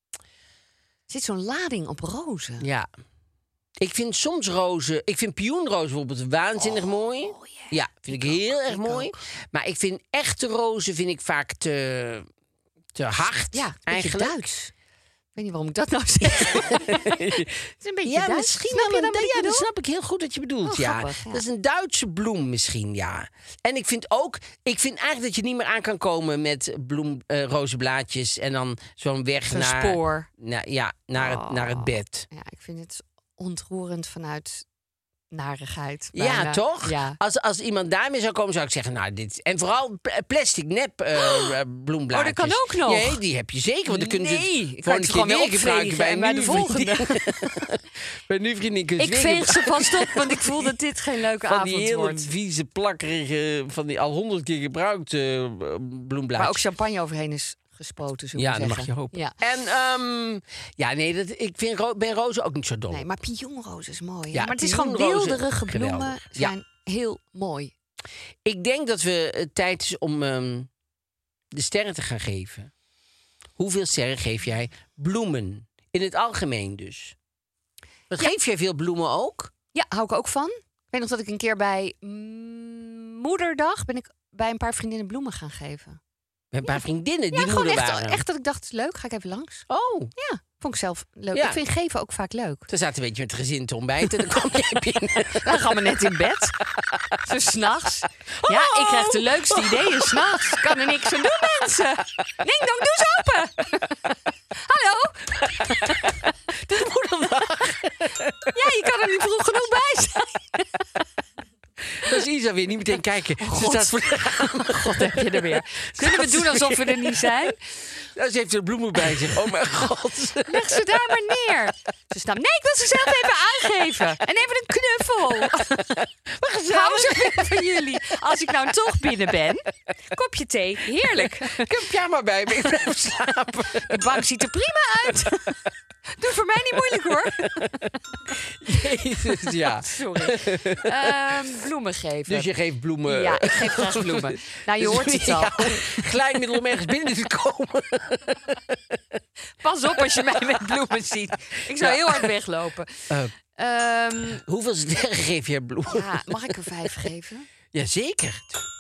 Speaker 5: Er zit zo'n lading op rozen.
Speaker 4: Ja. Ik vind soms rozen... Ik vind pioenrozen bijvoorbeeld waanzinnig mooi. Ja, vind ik, heel erg
Speaker 5: ik
Speaker 4: mooi.
Speaker 5: ook.
Speaker 4: Maar ik vind echte rozen vind ik vaak te, te hard.
Speaker 5: Ja, een beetje
Speaker 4: eigenlijk.
Speaker 5: Duits. Ik weet niet waarom ik dat nou zeg. Het is een beetje
Speaker 4: Ja,
Speaker 5: Duits.
Speaker 4: misschien
Speaker 5: Snap
Speaker 4: wel.
Speaker 5: je
Speaker 4: een-
Speaker 5: dan wat ik
Speaker 4: ja, dat
Speaker 5: bedoel?
Speaker 4: snap ik heel goed dat je bedoelt.
Speaker 5: Oh,
Speaker 4: ja.
Speaker 5: grappig, ja.
Speaker 4: Dat is een Duitse bloem misschien, ja. En ik vind ook... Ik vind eigenlijk dat je niet meer aan kan komen met bloem, eh, rozenblaadjes... en dan zo'n weg
Speaker 5: Zo'n
Speaker 4: naar...
Speaker 5: spoor.
Speaker 4: naar- ja, naar, het, naar het bed.
Speaker 5: Ja, ik vind het ontroerend vanuit narigheid.
Speaker 4: Ja,
Speaker 5: bijna.
Speaker 4: toch?
Speaker 5: Ja.
Speaker 4: Als, als iemand daarmee zou komen, zou ik zeggen... nou, dit En vooral pl- plastic nep eh, eh, bloemblaadjes.
Speaker 5: Oh, dat kan ook nog.
Speaker 4: Nee, die heb je zeker. Want dan kunnen ze
Speaker 5: Nee,
Speaker 4: het
Speaker 5: ik kan het
Speaker 4: volgende
Speaker 5: gewoon
Speaker 4: keer
Speaker 5: weer
Speaker 4: weer gebruiken
Speaker 5: opvegen
Speaker 4: bij
Speaker 5: en bij
Speaker 4: een
Speaker 5: de
Speaker 4: nieuwe
Speaker 5: volgende.
Speaker 4: vriendin. Bij een nieuwe vriendin kun je
Speaker 5: Ik
Speaker 4: het weer
Speaker 5: veeg ze vast op, want ik voel dat dit geen leuke
Speaker 4: van
Speaker 5: avond
Speaker 4: die hele
Speaker 5: wordt.
Speaker 4: vieze, plakkerige, van die al honderd keer gebruikte uh, bloemblaadjes.
Speaker 5: Waar ook champagne overheen is gespoten, zullen we
Speaker 4: ja, dat mag
Speaker 5: zeggen.
Speaker 4: je hopen.
Speaker 5: Ja.
Speaker 4: En um, ja, nee, dat, ik vind ro- ben rozen ook niet zo dol.
Speaker 5: Nee, maar pioenrozen is mooi. hè?
Speaker 4: Ja,
Speaker 5: maar het is gewoon
Speaker 4: pioenrozen,
Speaker 5: wilderige bloemen
Speaker 4: geweldig. Ja.
Speaker 5: zijn heel mooi.
Speaker 4: Ik denk dat we het tijd is om um, de sterren te gaan geven. Hoeveel sterren geef jij bloemen? In het algemeen dus. Wat
Speaker 5: Ja.
Speaker 4: geef jij veel bloemen ook?
Speaker 5: Ja, hou ik ook van. Ik weet nog dat ik een keer bij mm, Moederdag ben ik bij een paar vriendinnen bloemen gaan geven.
Speaker 4: Met een paar vriendinnen die
Speaker 5: Ja, gewoon
Speaker 4: moeder
Speaker 5: echt,
Speaker 4: waren.
Speaker 5: echt dat ik dacht, leuk, ga ik even langs.
Speaker 4: Oh,
Speaker 5: Ja, vond ik zelf leuk.
Speaker 4: Ja.
Speaker 5: Ik vind geven ook vaak leuk.
Speaker 4: toen zaten we een beetje met het gezin te ontbijten. Dan kom jij binnen.
Speaker 5: Dan gaan we net in bed. Zo s'nachts. Ja, ik krijg de leukste ideeën s'nachts. Kan er niks aan doen, mensen. Ding dong, doe eens open. Hallo.
Speaker 4: Het is moederdag.
Speaker 5: Ja, je kan er niet vroeg genoeg bij zijn.
Speaker 4: Dat is Isa weer. Niet meteen kijken. Ze
Speaker 5: God.
Speaker 4: staat voor...
Speaker 5: God, heb je er weer. Kunnen we doen alsof we er niet zijn?
Speaker 4: Nou, ze heeft er bloemen bij zich. Oh mijn god.
Speaker 5: Leg ze daar maar neer. Ze snapt, nee, ik wil ze zelf even aangeven. En even een knuffel.
Speaker 4: Wat gezellig.
Speaker 5: Hou zo van jullie. Als ik nou toch binnen ben. Kopje thee, heerlijk.
Speaker 4: Ik heb een pyjama bij me, ik blijf slapen.
Speaker 5: De bank ziet er prima uit. Doe voor mij niet moeilijk, hoor.
Speaker 4: Jezus, ja.
Speaker 5: Sorry. Ehm, bloemen geven.
Speaker 4: Dus je geeft bloemen.
Speaker 5: Ja, ik geef graag bloemen. Nou, je hoort het al.
Speaker 4: Ja, glijmiddel om ergens binnen te komen.
Speaker 5: Pas op als je mij met bloemen ziet. Ik zou
Speaker 4: Ja.
Speaker 5: heel hard weglopen.
Speaker 4: Uh,
Speaker 5: Ehm,
Speaker 4: Hoeveel sterren geef je bloemen?
Speaker 5: ja, mag ik er vijf geven?
Speaker 4: Jazeker.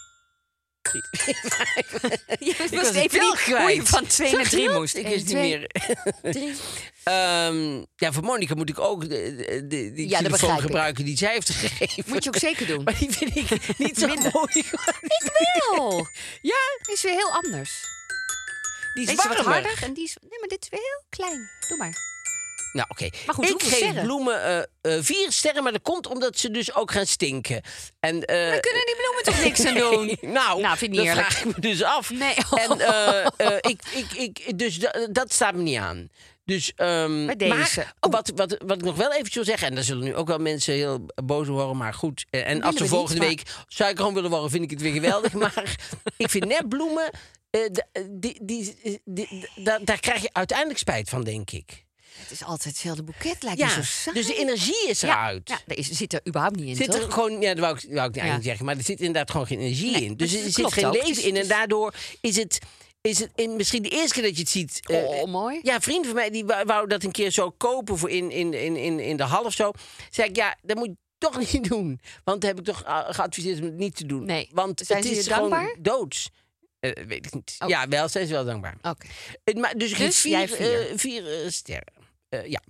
Speaker 5: Je
Speaker 4: was
Speaker 5: wist
Speaker 4: het
Speaker 5: even
Speaker 4: tel
Speaker 5: niet hoe je
Speaker 4: kwijt.
Speaker 5: van twee naar
Speaker 4: Zag je
Speaker 5: drie
Speaker 4: dat?
Speaker 5: moest.
Speaker 4: Ik
Speaker 5: Eén,
Speaker 4: wist niet
Speaker 5: twee,
Speaker 4: meer.
Speaker 5: drie.
Speaker 4: Ehm, ja, voor Monica moet ik ook de, de, de, die
Speaker 5: Ja, dat
Speaker 4: telefoon
Speaker 5: begrijp ik.
Speaker 4: gebruiken die zij heeft gegeven.
Speaker 5: Moet je ook zeker doen.
Speaker 4: Maar die vind ik niet zo
Speaker 5: Minder.
Speaker 4: mooi.
Speaker 5: Ik wil.
Speaker 4: Ja,
Speaker 5: Is weer heel anders.
Speaker 4: die is
Speaker 5: Deze is wat
Speaker 4: warmer.
Speaker 5: harder en die is... Nee, maar dit is weer heel klein. Doe maar.
Speaker 4: Nou, oké.
Speaker 5: Maar goed,
Speaker 4: ik
Speaker 5: hoeveel
Speaker 4: geef
Speaker 5: sterren?
Speaker 4: bloemen eh, eh, vier sterren, maar dat komt omdat ze dus ook gaan stinken. En, eh,
Speaker 5: Dan kunnen die bloemen toch niks aan doen?
Speaker 4: Nou,
Speaker 5: Nou, vind ik niet
Speaker 4: dat
Speaker 5: eerlijk.
Speaker 4: vraag ik me dus af.
Speaker 5: Nee.
Speaker 4: En eh, eh, ik, ik, ik, dus da- dat staat me niet aan. Dus, ehm,
Speaker 5: Bij deze.
Speaker 4: Maar wat, wat, wat ik nog wel eventjes wil zeggen... en daar zullen nu ook wel mensen heel boos over worden... maar goed, eh, en als
Speaker 5: we
Speaker 4: we
Speaker 5: niet,
Speaker 4: volgende
Speaker 5: maar-
Speaker 4: week suikerroom willen worden... vind ik het weer geweldig. Maar ik vind net bloemen... eh, d- die, die, die, die- da- daar krijg je uiteindelijk spijt van, denk ik.
Speaker 5: Het is altijd hetzelfde boeket. Lijkt
Speaker 4: Ja,
Speaker 5: me zo saai.
Speaker 4: dus de energie is
Speaker 5: Ja,
Speaker 4: eruit.
Speaker 5: ja, er is, zit er überhaupt niet in,
Speaker 4: Zit
Speaker 5: toch?
Speaker 4: er gewoon, ja, dat wou ik, wou ik niet
Speaker 5: Ja.
Speaker 4: eigenlijk zeggen, maar er zit inderdaad gewoon geen energie
Speaker 5: Nee,
Speaker 4: in. Dus
Speaker 5: dat
Speaker 4: er zit
Speaker 5: klopt
Speaker 4: geen
Speaker 5: ook.
Speaker 4: leven
Speaker 5: Het is-
Speaker 4: in. En
Speaker 5: het is-
Speaker 4: daardoor is het, is het in, misschien de eerste keer dat je het ziet. eh,
Speaker 5: Oh, mooi.
Speaker 4: Ja, vrienden van mij die wou, wou dat een keer zo kopen voor in, in, in, in, in de hal of zo. Zei ik, ja, dat moet je toch niet doen. Want dan heb ik toch uh, geadviseerd om het niet te doen.
Speaker 5: Nee.
Speaker 4: Want
Speaker 5: Zijn
Speaker 4: het
Speaker 5: ze je
Speaker 4: is gewoon
Speaker 5: dankbaar?
Speaker 4: doods. Eh, weet ik niet.
Speaker 5: Oh.
Speaker 4: Ja, wel, zijn ze wel dankbaar.
Speaker 5: Oké.
Speaker 4: Het ma- dus ik geef
Speaker 5: Dus
Speaker 4: vier,
Speaker 5: jij vier.
Speaker 4: eh, vier eh, sterren. Eh, ja.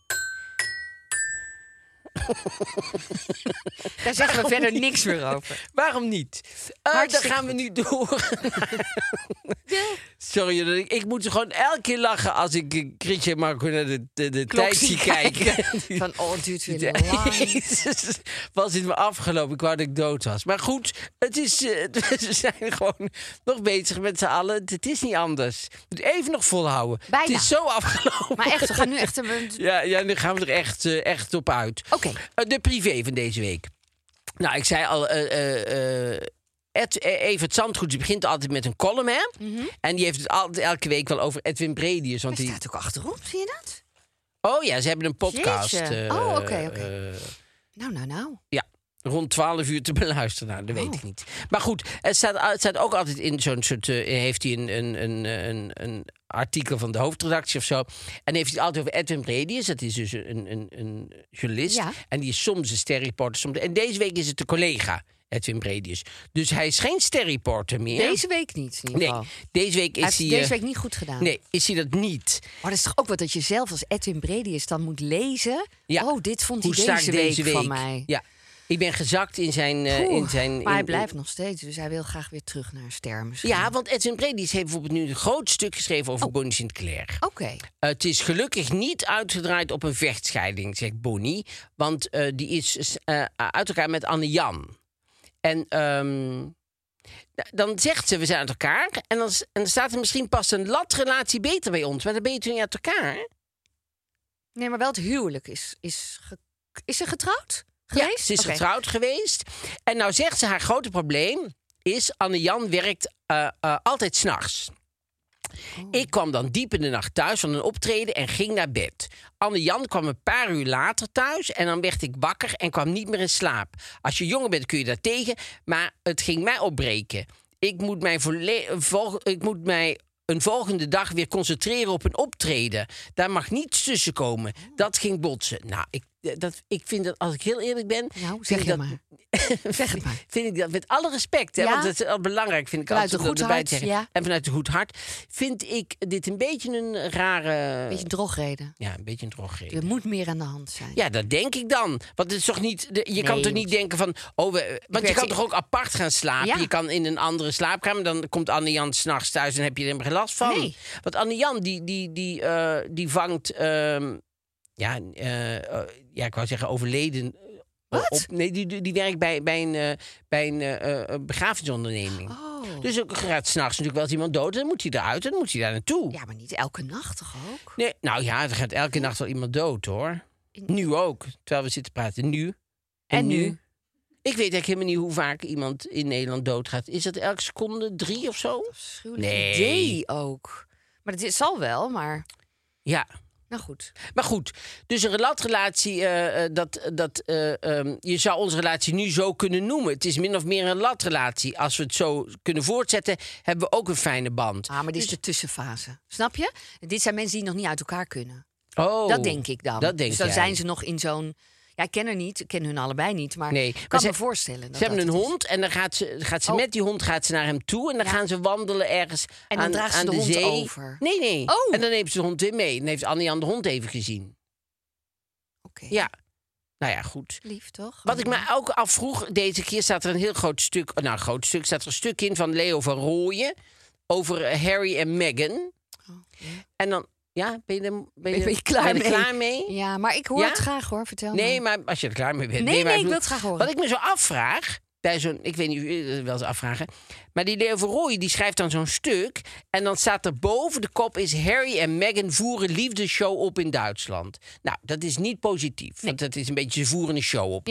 Speaker 5: Daar zeggen we verder niks meer over.
Speaker 4: Waarom niet? Uh, dan
Speaker 5: Hartstikke
Speaker 4: gaan we
Speaker 5: goed.
Speaker 4: nu door. Sorry, Judith, ik, ik moet gewoon elke keer lachen als ik eh, Chrisje en Marco naar de, de, de
Speaker 5: Klok
Speaker 4: tijd zie
Speaker 5: zie
Speaker 4: kijken.
Speaker 5: Van, oh, het duurt weer
Speaker 4: Ja,
Speaker 5: lang.
Speaker 4: Jezus, was dit me afgelopen? Ik wou dat ik dood was. Maar goed, het is, uh, we zijn gewoon nog bezig met z'n allen. Het is niet anders. Je moet even nog volhouden.
Speaker 5: Bijna.
Speaker 4: Het is zo afgelopen.
Speaker 5: Maar echt, we gaan nu echt... een-
Speaker 4: Ja, ja, nu gaan we er echt, uh, echt op uit.
Speaker 5: Oké.
Speaker 4: Uh, de privé van deze week. Nou, ik zei al... Uh, uh, uh, Ed, Evert Zandgoed die begint altijd met een column, hè? Mm-hmm. En die heeft het altijd elke week wel over Edwin Bredius. Want
Speaker 5: Hij
Speaker 4: die...
Speaker 5: staat ook achterop, zie je dat?
Speaker 4: Oh ja, ze hebben een podcast.
Speaker 5: Jeetje.
Speaker 4: Uh,
Speaker 5: Oh, oké, oké.
Speaker 4: uh,
Speaker 5: Nou, nou, nou.
Speaker 4: ja, rond twaalf uur te beluisteren. Nou, dat weet
Speaker 5: Oh.
Speaker 4: ik niet. Maar goed, het staat, het staat ook altijd in zo'n soort... Uh, heeft hij een, een, een, een, een artikel van de hoofdredactie of zo. En heeft hij het altijd over Edwin Bredius. Dat is dus een, een, een journalist.
Speaker 5: Ja.
Speaker 4: En die is soms een sterreporter. Soms... En deze week is het de collega, Edwin Bredius. Dus hij is geen sterreporter meer.
Speaker 5: Deze week niet, in ieder
Speaker 4: Nee,
Speaker 5: geval.
Speaker 4: deze week
Speaker 5: Hij
Speaker 4: is
Speaker 5: heeft
Speaker 4: hij...
Speaker 5: deze
Speaker 4: uh,
Speaker 5: week niet goed gedaan.
Speaker 4: Nee, is hij dat niet.
Speaker 5: Maar dat is toch ook wat dat je zelf als Edwin Bredius dan moet lezen?
Speaker 4: Ja.
Speaker 5: Oh, dit vond
Speaker 4: Hoe
Speaker 5: hij
Speaker 4: sta
Speaker 5: deze
Speaker 4: ik
Speaker 5: week,
Speaker 4: deze week
Speaker 5: van mij.
Speaker 4: Ja, ik ben gezakt in zijn... Uh,
Speaker 5: Oeh,
Speaker 4: in zijn
Speaker 5: maar hij
Speaker 4: in-
Speaker 5: blijft nog steeds, dus hij wil graag weer terug naar Ster misschien.
Speaker 4: Ja, want Edwin Bredius heeft bijvoorbeeld nu een groot stuk geschreven over
Speaker 5: Oh.
Speaker 4: Bonnie Sinclair.
Speaker 5: Oké.
Speaker 4: Uh, het is gelukkig niet uitgedraaid op een vechtscheiding, zegt Bonnie. Want uh, die is uh, uit elkaar met Anne-Jan. En um, dan zegt ze, we zijn uit elkaar. En dan, en dan staat er misschien pas een latrelatie beter bij ons. Maar dan ben je toen niet uit elkaar, hè?
Speaker 5: Nee, maar wel het huwelijk is... Is, ge, is ze getrouwd
Speaker 4: Ja,
Speaker 5: geweest?
Speaker 4: ze is
Speaker 5: Oké.
Speaker 4: getrouwd geweest. En nou zegt ze, haar grote probleem is... Anne-Jan werkt uh, uh, altijd 's nachts.
Speaker 5: Oh.
Speaker 4: Ik kwam dan diep in de nacht thuis van een optreden en ging naar bed. Anne-Jan kwam een paar uur later thuis en dan werd ik wakker en kwam niet meer in slaap. Als je jonger bent kun je daar tegen, maar het ging mij opbreken. Ik moet mij, volle- vol- ik moet mij een volgende dag weer concentreren op een optreden. Daar mag niets tussen komen. Dat ging botsen. Nou, ik, dat, ik vind dat, als ik heel eerlijk ben...
Speaker 5: Nou,
Speaker 4: vind
Speaker 5: zeg
Speaker 4: ik
Speaker 5: je
Speaker 4: dat,
Speaker 5: maar. Zeg het maar.
Speaker 4: Vind ik dat met alle respect, hè,
Speaker 5: Ja.
Speaker 4: want dat is al belangrijk, vind ik
Speaker 5: Vanuit
Speaker 4: altijd
Speaker 5: een goed
Speaker 4: erbij
Speaker 5: hart,
Speaker 4: te zeggen.
Speaker 5: ja.
Speaker 4: En vanuit een goed hart vind ik dit een beetje een rare...
Speaker 5: Beetje een drogreden.
Speaker 4: Ja, een beetje een drogreden.
Speaker 5: Er moet meer aan de hand zijn.
Speaker 4: Ja, dat denk ik dan. Want het is toch niet. De, je kan
Speaker 5: Nee.
Speaker 4: toch niet denken van. Oh, we, want je
Speaker 5: werd
Speaker 4: kan
Speaker 5: ze-
Speaker 4: toch ook apart gaan slapen?
Speaker 5: Ja.
Speaker 4: Je kan in een andere slaapkamer. Dan komt Anne-Jan 's nachts thuis en heb je er helemaal geen last van.
Speaker 5: Nee.
Speaker 4: Want Anne-Jan die, die, die, uh, die vangt. Uh, ja, uh, uh, ja, ik wou zeggen overleden.
Speaker 5: Wat?
Speaker 4: Op, nee, die, die werkt bij, bij een, uh, bij een uh, begrafenisonderneming.
Speaker 5: Oh. Oh.
Speaker 4: Dus ook gaat s'nachts natuurlijk wel eens iemand dood. En dan moet hij eruit en dan moet hij daar naartoe.
Speaker 5: Ja, maar niet elke nacht toch ook?
Speaker 4: Nee, nou ja, er gaat elke nacht wel iemand dood, hoor. Nu ook, terwijl we zitten praten. Nu. En,
Speaker 5: En nu?
Speaker 4: nu. Ik weet eigenlijk helemaal niet hoe vaak iemand in Nederland doodgaat. Is dat elke seconde drie of zo?
Speaker 5: Afschuwelijk
Speaker 4: Nee.
Speaker 5: idee ook. Maar het is- zal wel, maar...
Speaker 4: Ja.
Speaker 5: Nou goed.
Speaker 4: Maar goed, dus een latrelatie, eh, eh, dat, dat, eh, ehm, je zou onze relatie nu zo kunnen noemen. Het is min of meer een latrelatie. Als we het zo kunnen voortzetten, hebben we ook een fijne band.
Speaker 5: Ah, maar dit is
Speaker 4: Dus-
Speaker 5: de tussenfase. Snap je? Dit zijn mensen die nog niet uit elkaar kunnen.
Speaker 4: Oh,
Speaker 5: Dat denk ik dan.
Speaker 4: Dat denk
Speaker 5: dus dan
Speaker 4: jij.
Speaker 5: zijn ze nog in zo'n... Ja, ik ken haar niet. Ik ken hun allebei niet. Maar
Speaker 4: Nee,
Speaker 5: ik
Speaker 4: maar
Speaker 5: kan
Speaker 4: ze-
Speaker 5: me voorstellen. Dat
Speaker 4: Ze hebben
Speaker 5: dat
Speaker 4: een
Speaker 5: het is.
Speaker 4: hond en dan gaat ze, gaat ze
Speaker 5: Oh.
Speaker 4: met die hond gaat ze naar hem toe. En dan
Speaker 5: Ja.
Speaker 4: gaan ze wandelen ergens
Speaker 5: En dan
Speaker 4: aan,
Speaker 5: draagt ze
Speaker 4: aan
Speaker 5: de hond
Speaker 4: zee.
Speaker 5: over.
Speaker 4: Nee, nee.
Speaker 5: Oh.
Speaker 4: En dan neemt ze de hond weer mee. Dan heeft Annie aan de hond even gezien.
Speaker 5: Oké.
Speaker 4: Ja. Nou ja, goed.
Speaker 5: Lief, toch?
Speaker 4: Wat ik me ook afvroeg, deze keer staat er een heel groot stuk... Nou, een groot stuk, staat er een stuk in van Leo van Rooyen... over eh, Harry en Meghan.
Speaker 5: Oh, ja.
Speaker 4: En dan... Ja, ben je er, ben je,
Speaker 5: Ben je- ben je klaar
Speaker 4: ben je er
Speaker 5: mee?
Speaker 4: klaar mee?
Speaker 5: Ja, maar ik hoor
Speaker 4: Ja?
Speaker 5: het graag, hoor. Vertel
Speaker 4: Nee,
Speaker 5: maar.
Speaker 4: maar als je er klaar mee bent...
Speaker 5: Nee,
Speaker 4: maar
Speaker 5: nee, ik
Speaker 4: bedoel-
Speaker 5: wil het graag horen.
Speaker 4: Wat ik me zo afvraag... Bij zo'n, ik weet niet of jullie het wel eens afvragen... maar die Leo van Rooyen die schrijft dan zo'n stuk... en dan staat er boven de kop... is Harry en Meghan voeren liefdesshow op in Duitsland. Nou, dat is niet positief. Want dat is een beetje, ze voeren een show op.
Speaker 5: Ja.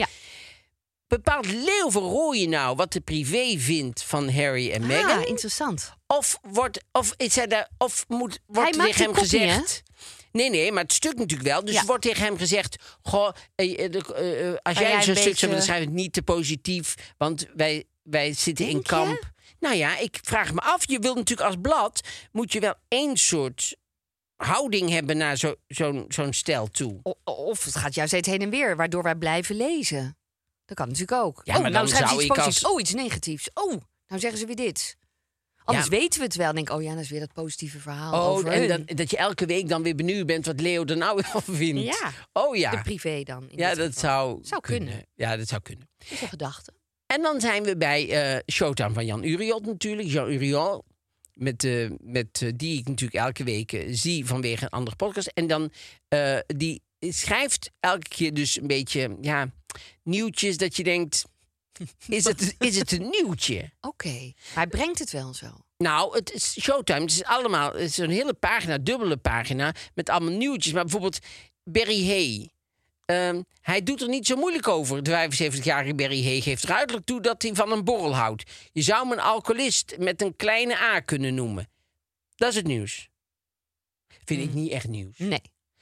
Speaker 4: Bepaalt Leo van Rooyen nou wat de privé vindt van Harry en Meghan?
Speaker 5: Ah, interessant.
Speaker 4: Of, wordt, of, is hij daar, of moet, wordt er
Speaker 5: maakt
Speaker 4: tegen hem
Speaker 5: die kopie,
Speaker 4: gezegd... Nee, nee, maar het stuk natuurlijk wel. Dus
Speaker 5: Ja.
Speaker 4: er wordt tegen hem gezegd... Goh, eh, eh, de- eh, eh, als
Speaker 5: Kan
Speaker 4: jij
Speaker 5: jij
Speaker 4: zo'n
Speaker 5: een
Speaker 4: stuk zou willen
Speaker 5: beetje-
Speaker 4: schrijven... niet te positief, want wij, wij zitten in
Speaker 5: Denk je?
Speaker 4: kamp. Nou ja, ik vraag me af. Je wilt natuurlijk als blad... moet je wel één soort houding hebben naar zo, zo'n zo'n stijl toe.
Speaker 5: O- Of het gaat juist steeds heen en weer, waardoor wij blijven lezen. Dat kan natuurlijk ook.
Speaker 4: Ja,
Speaker 5: oh,
Speaker 4: maar
Speaker 5: nou
Speaker 4: dan
Speaker 5: schrijven ze
Speaker 4: zou
Speaker 5: iets
Speaker 4: ik
Speaker 5: positiefs.
Speaker 4: als-
Speaker 5: Oh, iets negatiefs. Oh, nou zeggen ze weer dit. Anders
Speaker 4: Ja.
Speaker 5: weten we het wel. Denk, oh ja, dat is weer dat positieve verhaal
Speaker 4: Oh,
Speaker 5: over
Speaker 4: en
Speaker 5: hun.
Speaker 4: dan, dat je elke week dan weer benieuwd bent... wat Leo er nou weer van vindt.
Speaker 5: Ja.
Speaker 4: Oh ja.
Speaker 5: De privé dan. in
Speaker 4: Ja,
Speaker 5: dit
Speaker 4: dat
Speaker 5: geval.
Speaker 4: zou,
Speaker 5: Zou kunnen.
Speaker 4: Ja, dat zou kunnen.
Speaker 5: Dat is een gedachte.
Speaker 4: En dan zijn we bij eh Showtime van Jan Uriot natuurlijk. Jan Uriot, met, eh, met, eh, die ik natuurlijk elke week eh, zie vanwege een andere podcast. En dan, eh, die schrijft elke keer dus een beetje, ja, nieuwtjes dat je denkt... Is het, is het een nieuwtje?
Speaker 5: Oké. Maar hij brengt het wel zo.
Speaker 4: Nou, het is Showtime. Het is allemaal, het is een hele pagina, dubbele pagina, met allemaal nieuwtjes. Maar bijvoorbeeld Barry Hay. Ehm, hij doet er niet zo moeilijk over. De vijfenzeventigjarige Barry Hay geeft er uiterlijk toe dat hij van een borrel houdt. Je zou hem een alcoholist met een kleine A kunnen noemen. Dat is het nieuws. Vind ik niet echt nieuws.
Speaker 5: Nee.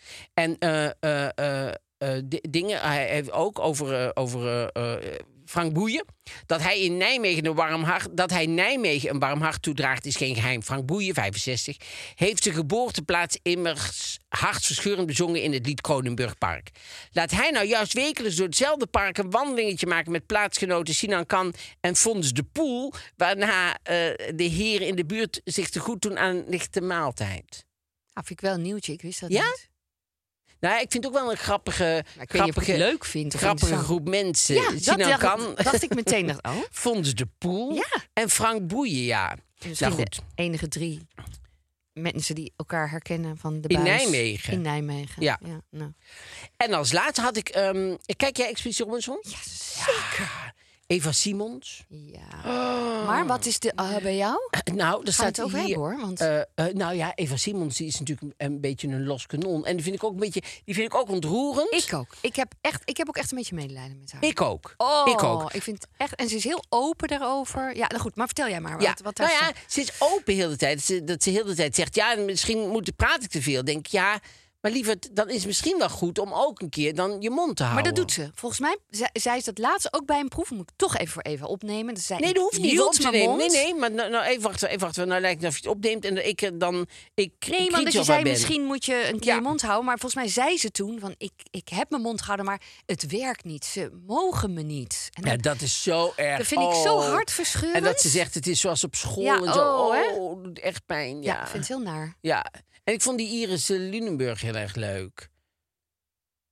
Speaker 4: En eh, eh, eh, eh, di- dingen, hij heeft ook over, eh, over eh, eh, Frank Boeien. Dat hij in Nijmegen een warm hart, dat hij Nijmegen een warm hart toedraagt, is geen geheim. Frank Boeien, vijfenzestig, heeft zijn geboorteplaats immers hartverscheurend bezongen in het lied Kronenburgpark. Laat hij nou juist wekelijks door hetzelfde park een wandelingetje maken met plaatsgenoten Sinan Kan en Fons de Poel, waarna eh, de heren in de buurt zich te goed doen aan een lichte maaltijd.
Speaker 5: Nou, vind ik wel een nieuwtje. Ik wist dat
Speaker 4: Ja?
Speaker 5: niet.
Speaker 4: Nou, ik vind het ook wel een grappige,
Speaker 5: Maar ik weet niet of ik
Speaker 4: grappige,
Speaker 5: het leuk vind. Of
Speaker 4: grappige
Speaker 5: interessant.
Speaker 4: groep mensen.
Speaker 5: Ja, dat
Speaker 4: Sinan
Speaker 5: dacht,
Speaker 4: Kan,
Speaker 5: dacht ik meteen. Dacht, oh.
Speaker 4: Fons de Poel
Speaker 5: Ja.
Speaker 4: en Frank Boeien, ja.
Speaker 5: Misschien
Speaker 4: Nou goed.
Speaker 5: de enige drie mensen die elkaar herkennen van de
Speaker 4: In
Speaker 5: buis.
Speaker 4: Nijmegen.
Speaker 5: In Nijmegen.
Speaker 4: Ja.
Speaker 5: nou.
Speaker 4: En als laatste had ik... ehm, kijk jij Expeditie Robinson?
Speaker 5: Ja, zeker.
Speaker 4: Eva Simons.
Speaker 5: Ja. Maar wat is de uh, bij jou?
Speaker 4: Eh, nou, er
Speaker 5: Gaan
Speaker 4: staat
Speaker 5: het over
Speaker 4: hier...
Speaker 5: hebben, hoor, want-
Speaker 4: eh, eh, nou ja, Eva Simons die is natuurlijk een, een beetje een los kanon. En die vind ik ook een beetje... Die vind ik ook ontroerend.
Speaker 5: Ik ook. Ik heb, echt, ik heb ook echt een beetje medelijden met haar.
Speaker 4: Ik ook.
Speaker 5: Oh,
Speaker 4: ik ook.
Speaker 5: Ik vind het echt... En ze is heel open daarover. Ja, nou goed. Maar vertel jij maar.
Speaker 4: Ja,
Speaker 5: Wat, wat daar
Speaker 4: nou ja,
Speaker 5: staat.
Speaker 4: ze is open heel de tijd. Ze, dat ze heel de tijd zegt, ja, misschien moet, praat ik te veel. Denk ik, ja, maar lieverd, dan is het misschien wel goed om ook een keer dan je mond te
Speaker 5: Maar
Speaker 4: houden.
Speaker 5: dat doet ze. Volgens mij zei, zei ze dat laatst ook bij een proef. Moet ik toch even voor Eva opnemen. Dat zei,
Speaker 4: Nee, dat hoeft
Speaker 5: ik
Speaker 4: niet
Speaker 5: hield
Speaker 4: op te
Speaker 5: mijn
Speaker 4: nemen.
Speaker 5: mond.
Speaker 4: Nee, nee, maar nou, nou, even wachten, even wachten. Nou lijkt het of je het opneemt en ik er dan... Ik
Speaker 5: Nee, want dat je
Speaker 4: op haar
Speaker 5: zei,
Speaker 4: ben.
Speaker 5: misschien moet je een keer
Speaker 4: Ja.
Speaker 5: je mond houden. Maar volgens mij zei ze toen van, ik, ik heb mijn mond gehouden, maar het werkt niet. Ze mogen me niet. En
Speaker 4: Ja,
Speaker 5: dat,
Speaker 4: dat is zo erg.
Speaker 5: dat vind ik zo
Speaker 4: Oh.
Speaker 5: hartverscheurend.
Speaker 4: En dat ze zegt, het is zoals op school
Speaker 5: Ja,
Speaker 4: en zo.
Speaker 5: oh, hè?
Speaker 4: Oh, doet echt pijn. Ja.
Speaker 5: Ja, ik vind het heel naar.
Speaker 4: Ja. En ik vond die Iris eh, Lunenburg heel erg leuk.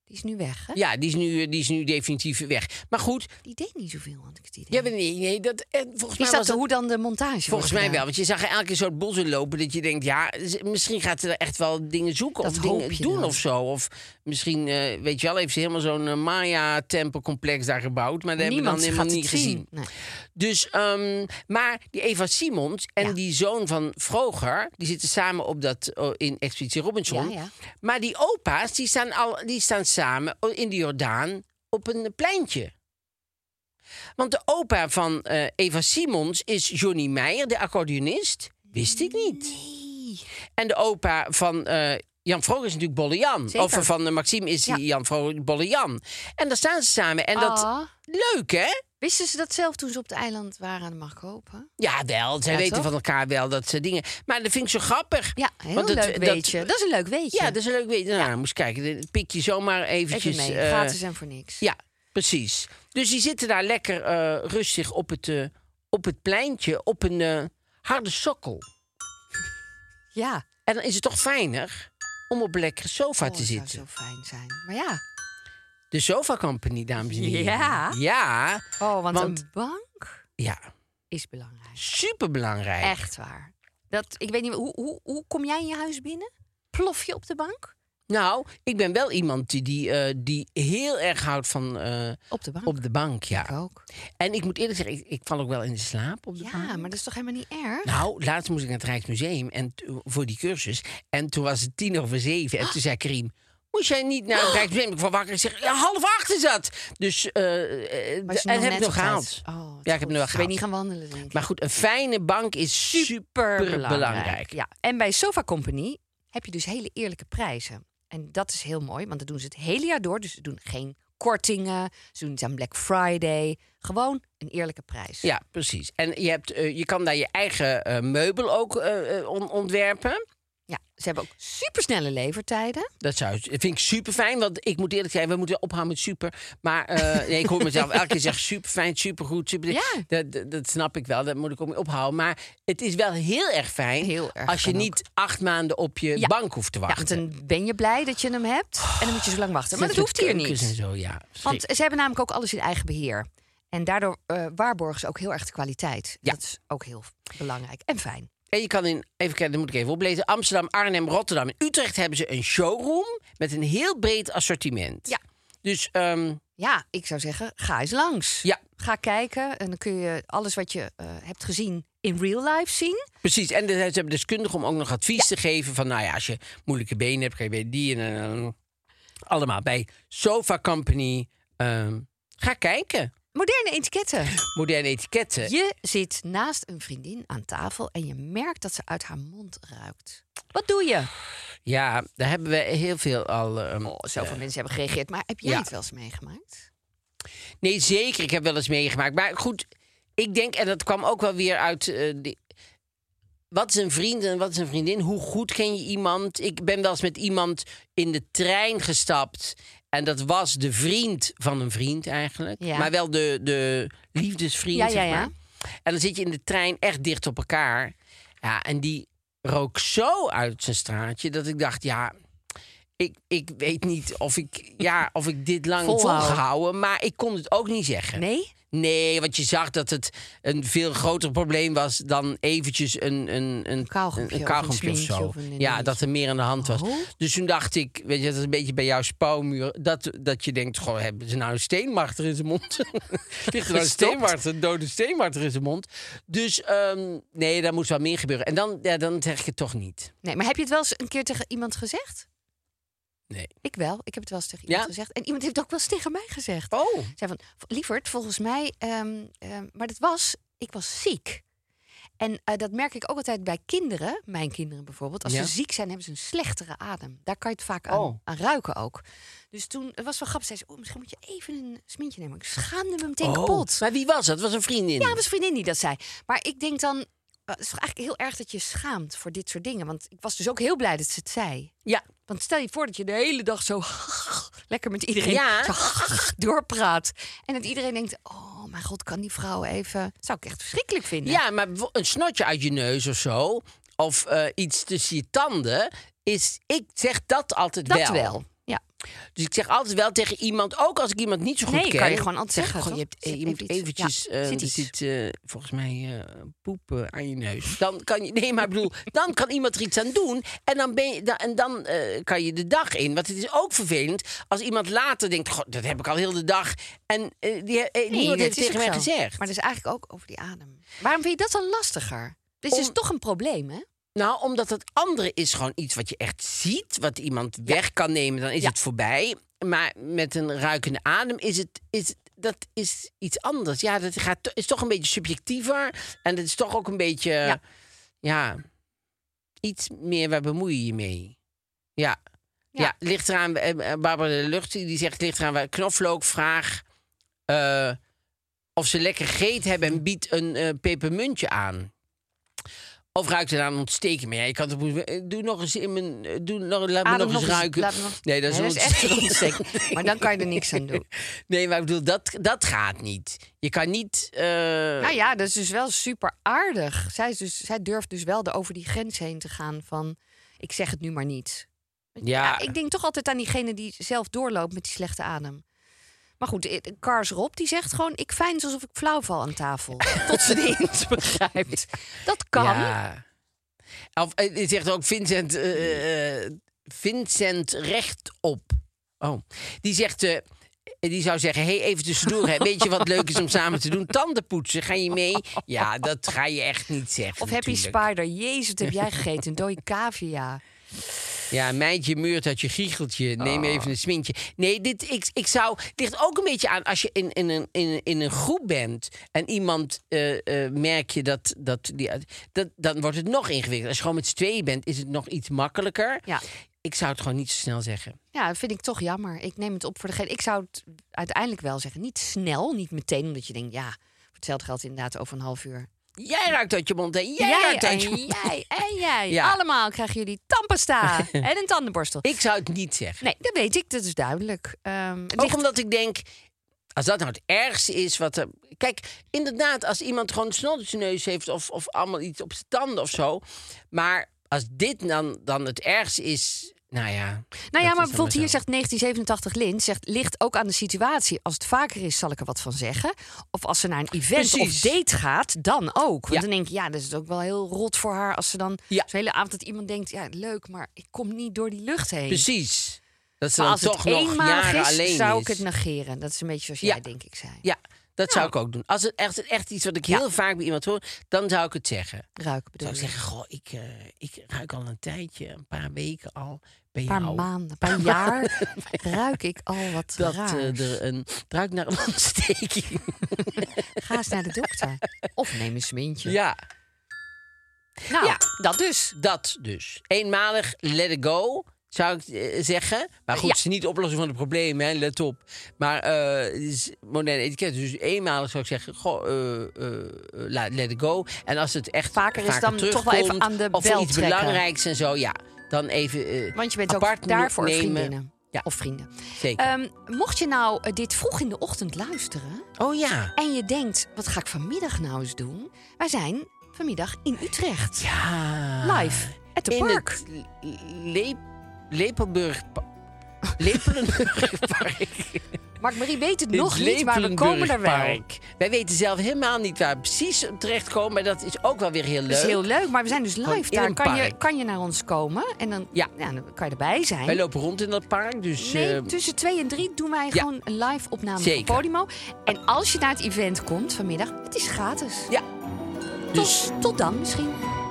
Speaker 5: Die is nu weg, hè?
Speaker 4: Ja, die is nu, die is nu definitief weg. Maar goed.
Speaker 5: Die deed niet zoveel, had ik het idee.
Speaker 4: Ja, maar nee, nee, dat, eh, volgens
Speaker 5: Is
Speaker 4: mij
Speaker 5: dat
Speaker 4: was dat,
Speaker 5: hoe dan de montage
Speaker 4: volgens
Speaker 5: wordt
Speaker 4: mij
Speaker 5: gedaan?
Speaker 4: wel. Want je zag er elke keer zo het bos in lopen dat je denkt, ja, z- misschien gaat ze er echt wel dingen zoeken
Speaker 5: Dat
Speaker 4: of
Speaker 5: hoop
Speaker 4: dingen
Speaker 5: je
Speaker 4: doen
Speaker 5: dan.
Speaker 4: of zo. Of misschien, eh, weet je wel, heeft ze helemaal zo'n uh, Maya-tempelcomplex daar gebouwd. Maar dat hebben we dan
Speaker 5: Niemand
Speaker 4: helemaal
Speaker 5: gaat
Speaker 4: niet
Speaker 5: het zien.
Speaker 4: gezien.
Speaker 5: Nee.
Speaker 4: Dus, um, maar die Eva Simons en
Speaker 5: Ja.
Speaker 4: die zoon van Vroger, die zitten samen op dat, uh, in Expeditie Robinson.
Speaker 5: Ja, ja.
Speaker 4: Maar die opa's, die staan, al, die staan samen in de Jordaan op een pleintje. Want de opa van uh, Eva Simons is Johnny Meijer, de accordeonist. Wist ik niet.
Speaker 5: Nee.
Speaker 4: En de opa van uh, Jan Vroger is natuurlijk Bolle Jan.
Speaker 5: Zeker.
Speaker 4: Of van uh, Maxime is
Speaker 5: Ja.
Speaker 4: Jan Vroger Bolle Jan. En daar staan ze samen. En dat,
Speaker 5: Ah.
Speaker 4: leuk hè?
Speaker 5: Wisten ze dat zelf toen ze op het eiland waren aan de Marco Hopen?
Speaker 4: Ja, wel. Zij
Speaker 5: Ja,
Speaker 4: weten
Speaker 5: toch?
Speaker 4: van elkaar wel dat ze dingen. Maar dat vind ik zo grappig.
Speaker 5: Ja, heel
Speaker 4: Want dat-
Speaker 5: leuk
Speaker 4: dat-
Speaker 5: weetje. Dat, is een leuk weetje.
Speaker 4: Ja, dat is een leuk weetje. Nou, moest kijken. Het pik je zomaar eventjes.
Speaker 5: Even mee,
Speaker 4: eh,
Speaker 5: gratis en voor niks.
Speaker 4: Ja, precies. Dus die zitten daar lekker eh, rustig op het, eh, op het pleintje, op een eh, harde sokkel.
Speaker 5: Ja.
Speaker 4: En dan is het toch fijner om op een lekkere sofa
Speaker 5: Oh,
Speaker 4: te
Speaker 5: dat
Speaker 4: zitten.
Speaker 5: zou zo fijn zijn. Maar ja.
Speaker 4: De Sofa Company, dames en heren.
Speaker 5: Ja?
Speaker 4: Ja.
Speaker 5: Oh, want,
Speaker 4: Want-
Speaker 5: een bank
Speaker 4: Ja,
Speaker 5: is belangrijk.
Speaker 4: superbelangrijk.
Speaker 5: Echt waar. Dat, ik weet niet, hoe, hoe, hoe kom jij in je huis binnen? Plof je op de bank?
Speaker 4: Nou, ik ben wel iemand die, die, eh, die heel erg houdt van eh,
Speaker 5: Op de bank?
Speaker 4: op de bank, ja.
Speaker 5: Ik ook.
Speaker 4: En ik moet eerlijk zeggen, ik, ik val ook wel in de slaap op de
Speaker 5: Ja,
Speaker 4: bank.
Speaker 5: maar dat is toch helemaal niet erg?
Speaker 4: Nou, laatst moest ik naar het Rijksmuseum en, t- voor die cursus. En toen was het tien over zeven. En toen zei Karim, moest jij niet naar het Rijksmuseum? Ik kwam wakker en zeg, ja, half acht is dat. Dus, eh eh,
Speaker 5: Was je
Speaker 4: en
Speaker 5: nog
Speaker 4: heb
Speaker 5: net
Speaker 4: ik nog
Speaker 5: op tijd?
Speaker 4: gehaald.
Speaker 5: Oh, wat
Speaker 4: Ja, ik heb
Speaker 5: goed.
Speaker 4: hem wel
Speaker 5: Dus ben je
Speaker 4: gehaald.
Speaker 5: niet gaan wandelen, denk ik.
Speaker 4: Maar goed, een fijne bank is super belangrijk.
Speaker 5: Ja. En bij Sofa Company heb je dus hele eerlijke prijzen. En dat is heel mooi, want dat doen ze het hele jaar door. Dus ze doen geen kortingen, ze doen het aan Black Friday. Gewoon een eerlijke prijs.
Speaker 4: Ja, precies. En je, hebt, eh, je kan daar je eigen eh, meubel ook eh, eh, on- ontwerpen.
Speaker 5: Ja, ze hebben ook supersnelle levertijden.
Speaker 4: Dat, zou, dat vind ik super fijn, want ik moet eerlijk zijn, we moeten ophouden met super. Maar eh, nee, ik hoor mezelf elke keer zeggen super fijn, super goed, super.
Speaker 5: Ja.
Speaker 4: Dat, dat, dat snap ik wel, dat moet ik ook mee ophouden. Maar het is wel heel erg fijn
Speaker 5: Heel erg
Speaker 4: als je
Speaker 5: fijn
Speaker 4: niet acht maanden op je
Speaker 5: Ja.
Speaker 4: bank hoeft te
Speaker 5: Ja,
Speaker 4: wachten.
Speaker 5: want dan ben je blij dat je hem hebt. En dan moet je zo lang wachten. Maar dat
Speaker 4: Met
Speaker 5: hoeft hier
Speaker 4: keukens
Speaker 5: niet.
Speaker 4: En zo, ja.
Speaker 5: Want
Speaker 4: Schrik.
Speaker 5: ze hebben namelijk ook alles in eigen beheer. En daardoor eh, waarborgen ze ook heel erg de kwaliteit.
Speaker 4: Ja.
Speaker 5: Dat is ook heel belangrijk en fijn.
Speaker 4: En je kan in, even kijken, dat moet ik even oplezen. Amsterdam, Arnhem, Rotterdam en Utrecht hebben ze een showroom met een heel breed assortiment.
Speaker 5: Ja.
Speaker 4: Dus ehm,
Speaker 5: Ja, ik zou zeggen, ga eens langs.
Speaker 4: ja,
Speaker 5: Ga kijken en dan kun je alles wat je eh, hebt gezien in real life zien.
Speaker 4: precies. En de- ze hebben deskundigen om ook nog advies te geven van, nou ja, als je moeilijke benen hebt, kan je bij die en eh, allemaal bij Sofa Company. ehm, ga kijken.
Speaker 5: Moderne etiketten.
Speaker 4: Moderne etiketten.
Speaker 5: Je zit naast een vriendin aan tafel en je merkt dat ze uit haar mond ruikt. Wat doe je?
Speaker 4: Ja, daar hebben we heel veel al. ehm,
Speaker 5: Oh, zoveel mensen hebben gereageerd. Maar heb jij
Speaker 4: ja.
Speaker 5: het wel eens meegemaakt?
Speaker 4: Nee, zeker. Ik heb wel eens meegemaakt. Maar goed, ik denk, en dat kwam ook wel weer uit. eh, de, wat is een vriend en wat is een vriendin? Hoe goed ken je iemand? Ik ben wel eens met iemand in de trein gestapt. En dat was de vriend van een vriend eigenlijk.
Speaker 5: Ja.
Speaker 4: Maar wel de, de liefdesvriend,
Speaker 5: Ja, ja,
Speaker 4: zeg maar.
Speaker 5: ja.
Speaker 4: En dan zit je in de trein echt dicht op elkaar. Ja, en die rook zo uit zijn straatje dat ik dacht, ja, ik, ik weet niet of ik, ja, of ik dit lang heb
Speaker 5: Volhouden.
Speaker 4: volgehouden. Maar ik kon het ook niet zeggen.
Speaker 5: Nee?
Speaker 4: Nee, want je zag dat het een veel groter probleem was dan eventjes een, een, een,
Speaker 5: kauwgompje
Speaker 4: een
Speaker 5: of
Speaker 4: kauwgompje
Speaker 5: een
Speaker 4: of
Speaker 5: smintje
Speaker 4: zo.
Speaker 5: of een
Speaker 4: ja,
Speaker 5: dingetje.
Speaker 4: dat er meer aan de hand was.
Speaker 5: Oh.
Speaker 4: Dus toen dacht ik, weet je, dat is een beetje bij jouw spouwmuur. Dat, dat je denkt, goh, hebben ze nou een steenmarter in zijn mond? Ligt er nou een steenmarter, een dode steenmarter in zijn mond? Dus um, nee, daar moest wel meer gebeuren. En dan, ja, dan zeg ik het toch niet.
Speaker 5: Nee, maar heb je het wel eens een keer tegen iemand gezegd?
Speaker 4: Nee.
Speaker 5: Ik wel. Ik heb het wel eens tegen iemand
Speaker 4: Ja?
Speaker 5: gezegd. En iemand heeft het ook wel eens tegen mij gezegd.
Speaker 4: Oh.
Speaker 5: Zei van, lieverd, volgens mij... ehm, ehm, maar dat was, ik was ziek. En eh, dat merk ik ook altijd bij kinderen, mijn kinderen bijvoorbeeld. Als
Speaker 4: Ja.
Speaker 5: ze ziek zijn, hebben ze een slechtere adem. Daar kan je het vaak aan,
Speaker 4: Oh.
Speaker 5: aan ruiken ook. Dus toen, het was wel grappig, zei ze, oh, misschien moet je even een smintje nemen. Ik schaamde me meteen
Speaker 4: Oh.
Speaker 5: kapot.
Speaker 4: Maar wie was dat? Het was een vriendin.
Speaker 5: Ja, het was een vriendin die dat zei. Maar ik denk dan, eh, het is toch eigenlijk heel erg dat je schaamt voor dit soort dingen. Want ik was dus ook heel blij dat ze het zei.
Speaker 4: Ja.
Speaker 5: Want stel je voor dat je de hele dag zo lekker met iedereen
Speaker 4: Ja.
Speaker 5: zo doorpraat. En dat iedereen denkt, oh mijn god, kan die vrouw even... Dat zou ik echt verschrikkelijk vinden.
Speaker 4: Ja, maar bijvo- een snotje uit je neus of zo, of eh, iets tussen je tanden, is, ik zeg dat altijd
Speaker 5: dat
Speaker 4: wel.
Speaker 5: wel. Ja.
Speaker 4: Dus ik zeg altijd wel tegen iemand, ook als ik iemand niet zo goed
Speaker 5: Nee,
Speaker 4: ken...
Speaker 5: kan je gewoon altijd
Speaker 4: zeg
Speaker 5: zeggen,
Speaker 4: gewoon, je,
Speaker 5: toch?
Speaker 4: hebt, eh, je
Speaker 5: Zit
Speaker 4: moet
Speaker 5: even iets.
Speaker 4: eventjes...
Speaker 5: Ja,
Speaker 4: eh,
Speaker 5: zit
Speaker 4: er
Speaker 5: iets.
Speaker 4: zit eh, volgens mij eh, poep eh, aan je neus. Dan kan je... Nee, maar ik bedoel, dan kan iemand er iets aan doen. En dan, ben je, dan, en dan eh, kan je de dag in. Want het is ook vervelend als iemand later denkt... God, dat heb ik al heel de dag. En eh, die, eh,
Speaker 5: Nee,
Speaker 4: niemand
Speaker 5: dat
Speaker 4: heeft
Speaker 5: is
Speaker 4: tegen
Speaker 5: ook
Speaker 4: mij
Speaker 5: zo.
Speaker 4: gezegd.
Speaker 5: Maar dat is eigenlijk ook over die adem. Waarom vind je dat dan lastiger? Dit is
Speaker 4: Om-
Speaker 5: dus toch een probleem, hè?
Speaker 4: Nou, omdat het andere is gewoon iets wat je echt ziet. Wat iemand weg kan nemen, dan is
Speaker 5: Ja.
Speaker 4: het voorbij. Maar met een ruikende adem is het... Is, dat is iets anders. Ja, dat gaat, to- is toch een beetje subjectiever. En dat is toch ook een beetje... Ja,
Speaker 5: Ja.
Speaker 4: iets meer, waar bemoei je je mee? Ja. Ja,
Speaker 5: Ja.
Speaker 4: ligt eraan... eh, Barbara de Lucht, die zegt... ligt eraan waar knoflook, vraag... eh, of ze lekker gegeten hebben en biedt een eh, pepermuntje aan. Of ruikt het aan ontsteken? Maar ja, je kan toch... Doe nog eens in mijn... Doe nog, laat me
Speaker 5: Adem
Speaker 4: nog eens ruiken.
Speaker 5: laat me nog-
Speaker 4: Nee, dat is,
Speaker 5: Nee,
Speaker 4: een
Speaker 5: dat is echt een
Speaker 4: ontsteking.
Speaker 5: ontsteking. Maar dan kan je er niks aan doen.
Speaker 4: Nee, maar ik bedoel, dat, dat gaat niet. Je kan niet... eh,
Speaker 5: Nou ja, dat is dus wel super aardig. Zij, is dus, zij durft dus wel er over die grens heen te gaan van... ik zeg het nu maar niet.
Speaker 4: Ja.
Speaker 5: Ik denk toch altijd aan diegene die zelf doorloopt met die slechte adem. Maar goed, eh, Kars Rob die zegt gewoon... ik veins alsof ik flauw val aan tafel. Tot ze de hint begrijpt. Dat kan.
Speaker 4: Ja. Of, eh, het zegt ook Vincent, eh, eh, Vincent Rechtop. Oh. Die zegt... eh, die zou zeggen, hey, even tussendoor. Hè. Weet je wat leuk is om samen te doen? Tanden poetsen, ga je mee? Ja, dat ga je echt niet zeggen.
Speaker 5: Of Happy
Speaker 4: natuurlijk.
Speaker 5: Spider. Jezus, wat heb jij gegeten? Een dode cavia.
Speaker 4: Ja, meidje meurt uit je giecheltje. Neem
Speaker 5: Oh.
Speaker 4: even een smintje. Nee, dit, ik, ik zou... Het ligt ook een beetje aan als je in, in, een, in, in een groep bent... en iemand eh, eh, merk je dat... dat, die, dat dan wordt het nog ingewikkelder. Als je gewoon met z'n tweeën bent, is het nog iets makkelijker.
Speaker 5: Ja.
Speaker 4: Ik zou het gewoon niet zo snel zeggen.
Speaker 5: Ja, dat vind ik toch jammer. Ik neem het op voor degene... Ik zou het uiteindelijk wel zeggen. Niet snel, niet meteen, omdat je denkt... ja, voor hetzelfde geldt inderdaad over een half uur.
Speaker 4: Jij ruikt uit je mond en jij,
Speaker 5: Jij
Speaker 4: ruikt uit je
Speaker 5: en
Speaker 4: mond.
Speaker 5: jij en jij.
Speaker 4: Ja.
Speaker 5: Allemaal krijgen jullie tandpasta en een tandenborstel.
Speaker 4: Ik zou het niet zeggen.
Speaker 5: Nee, dat weet ik. Dat is duidelijk. Ehm, het
Speaker 4: Ook
Speaker 5: ligt-
Speaker 4: omdat ik denk... Als dat nou het ergste is wat er... Kijk, inderdaad, als iemand gewoon snot op zijn neus heeft... of, of allemaal iets op zijn tanden of zo... maar als dit dan, dan het ergste is... Nou ja...
Speaker 5: Nou
Speaker 4: dat
Speaker 5: ja,
Speaker 4: is
Speaker 5: maar
Speaker 4: dan
Speaker 5: bijvoorbeeld
Speaker 4: zo.
Speaker 5: hier zegt negentien zevenentachtig Lint... zegt, ligt ook aan de situatie. Als het vaker is, zal ik er wat van zeggen. Of als ze naar een event
Speaker 4: Precies.
Speaker 5: of date gaat, dan ook. Want
Speaker 4: Ja.
Speaker 5: dan denk ik, ja, dat is ook wel heel rot voor haar... als ze dan
Speaker 4: Ja.
Speaker 5: zo'n hele avond dat iemand denkt... ja, leuk, maar ik kom niet door die lucht heen.
Speaker 4: Precies. Dat ze
Speaker 5: Maar
Speaker 4: dan
Speaker 5: als
Speaker 4: toch
Speaker 5: het
Speaker 4: nog
Speaker 5: eenmalig
Speaker 4: jaren
Speaker 5: is,
Speaker 4: alleen
Speaker 5: zou
Speaker 4: is.
Speaker 5: ik het negeren. Dat is een beetje zoals
Speaker 4: Ja.
Speaker 5: jij, denk ik, zei.
Speaker 4: Ja, dat zou ik
Speaker 5: Nou.
Speaker 4: ook doen. Als het echt, echt iets wat ik
Speaker 5: Ja.
Speaker 4: heel vaak bij iemand hoor... dan zou ik het zeggen.
Speaker 5: Ruiken bedoel
Speaker 4: Zou ik
Speaker 5: je.
Speaker 4: zeggen, goh, ik, eh, ik ruik al een tijdje... een paar weken al bij
Speaker 5: Een paar
Speaker 4: jou...
Speaker 5: maanden, een paar jaar ruik ik al wat
Speaker 4: dat
Speaker 5: raars.
Speaker 4: eh, er een... het ruikt naar een ontsteking.
Speaker 5: Ga eens naar de dokter. Of neem een smintje.
Speaker 4: Ja,
Speaker 5: Nou,
Speaker 4: Ja.
Speaker 5: dat dus.
Speaker 4: dat dus. Eenmalig, let it go... zou ik eh, zeggen. Maar goed,
Speaker 5: Ja.
Speaker 4: het is niet de oplossing van het probleem, hè, let op. Maar eh, het is moderne etiket. Dus eenmalig zou ik zeggen, goh, eh, eh, laat let it go. En als het echt
Speaker 5: Vaker is, dan toch wel even
Speaker 4: terugkomt,
Speaker 5: aan de
Speaker 4: of
Speaker 5: bel
Speaker 4: voor iets
Speaker 5: trekken.
Speaker 4: belangrijks en zo, ja. Dan even eh,
Speaker 5: Want je bent
Speaker 4: apart
Speaker 5: ook daarvoor
Speaker 4: nemen.
Speaker 5: vriendinnen.
Speaker 4: Ja.
Speaker 5: Of vrienden.
Speaker 4: Zeker.
Speaker 5: Ehm, mocht je nou eh, dit vroeg in de ochtend luisteren...
Speaker 4: oh ja.
Speaker 5: en je denkt, wat ga ik vanmiddag nou eens doen? Wij zijn vanmiddag in Utrecht.
Speaker 4: Ja.
Speaker 5: Live, at the
Speaker 4: In
Speaker 5: park.
Speaker 4: het Le Lepelburg... Lepelenburgpark.
Speaker 5: Mark-Marie weet het
Speaker 4: In
Speaker 5: nog
Speaker 4: het
Speaker 5: niet, maar we komen er wel.
Speaker 4: Lepelenburgpark. Wij weten zelf helemaal niet waar we precies terechtkomen... maar dat is ook wel weer heel leuk.
Speaker 5: Dat is heel leuk, maar we zijn dus
Speaker 4: Gewoon
Speaker 5: live.
Speaker 4: in
Speaker 5: Daar
Speaker 4: een
Speaker 5: kan je,
Speaker 4: park.
Speaker 5: kan je naar ons komen. En dan,
Speaker 4: Ja.
Speaker 5: dan kan je erbij zijn.
Speaker 4: Wij lopen rond in dat park, dus...
Speaker 5: Nee,
Speaker 4: eh,
Speaker 5: tussen twee en drie doen wij
Speaker 4: ja.
Speaker 5: gewoon een live opname
Speaker 4: Zeker.
Speaker 5: op Podimo. En als je naar het event komt vanmiddag, het is gratis.
Speaker 4: ja. Dus
Speaker 5: Tot, tot dan misschien.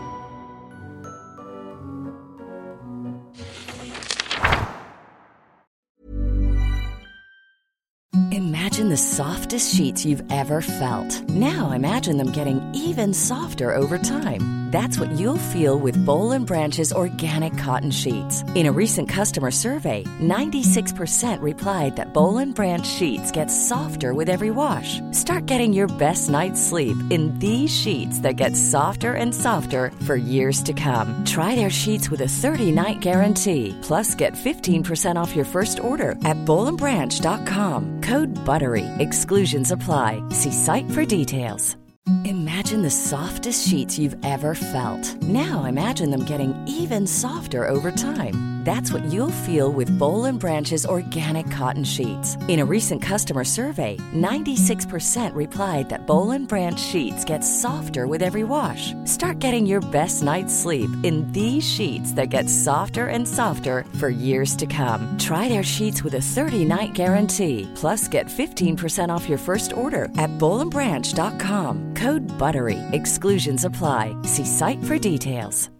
Speaker 6: Imagine the softest sheets you've ever felt. Now imagine them getting even softer over time. That's what you'll feel with Bowl and Branch's organic cotton sheets. In a recent customer survey, ninety-six percent replied that Bowl and Branch sheets get softer with every wash. Start getting your best night's sleep in these sheets that get softer and softer for years to come. Try their sheets with a thirty-night guarantee. Plus, get fifteen percent off your first order at bowl and branch dot com. Code BUTTERY. Exclusions apply. See site for details. Imagine the softest sheets you've ever felt. Now imagine them getting even softer over time. That's what you'll feel with Boll and Branch's organic cotton sheets. In a recent customer survey, ninety-six percent replied that Boll and Branch sheets get softer with every wash. Start getting your best night's sleep in these sheets that get softer and softer for years to come. Try their sheets with a thirty-night guarantee. Plus, get fifteen percent off your first order at boll and branch dot com. Code BUTTERY. Exclusions apply. See site for details.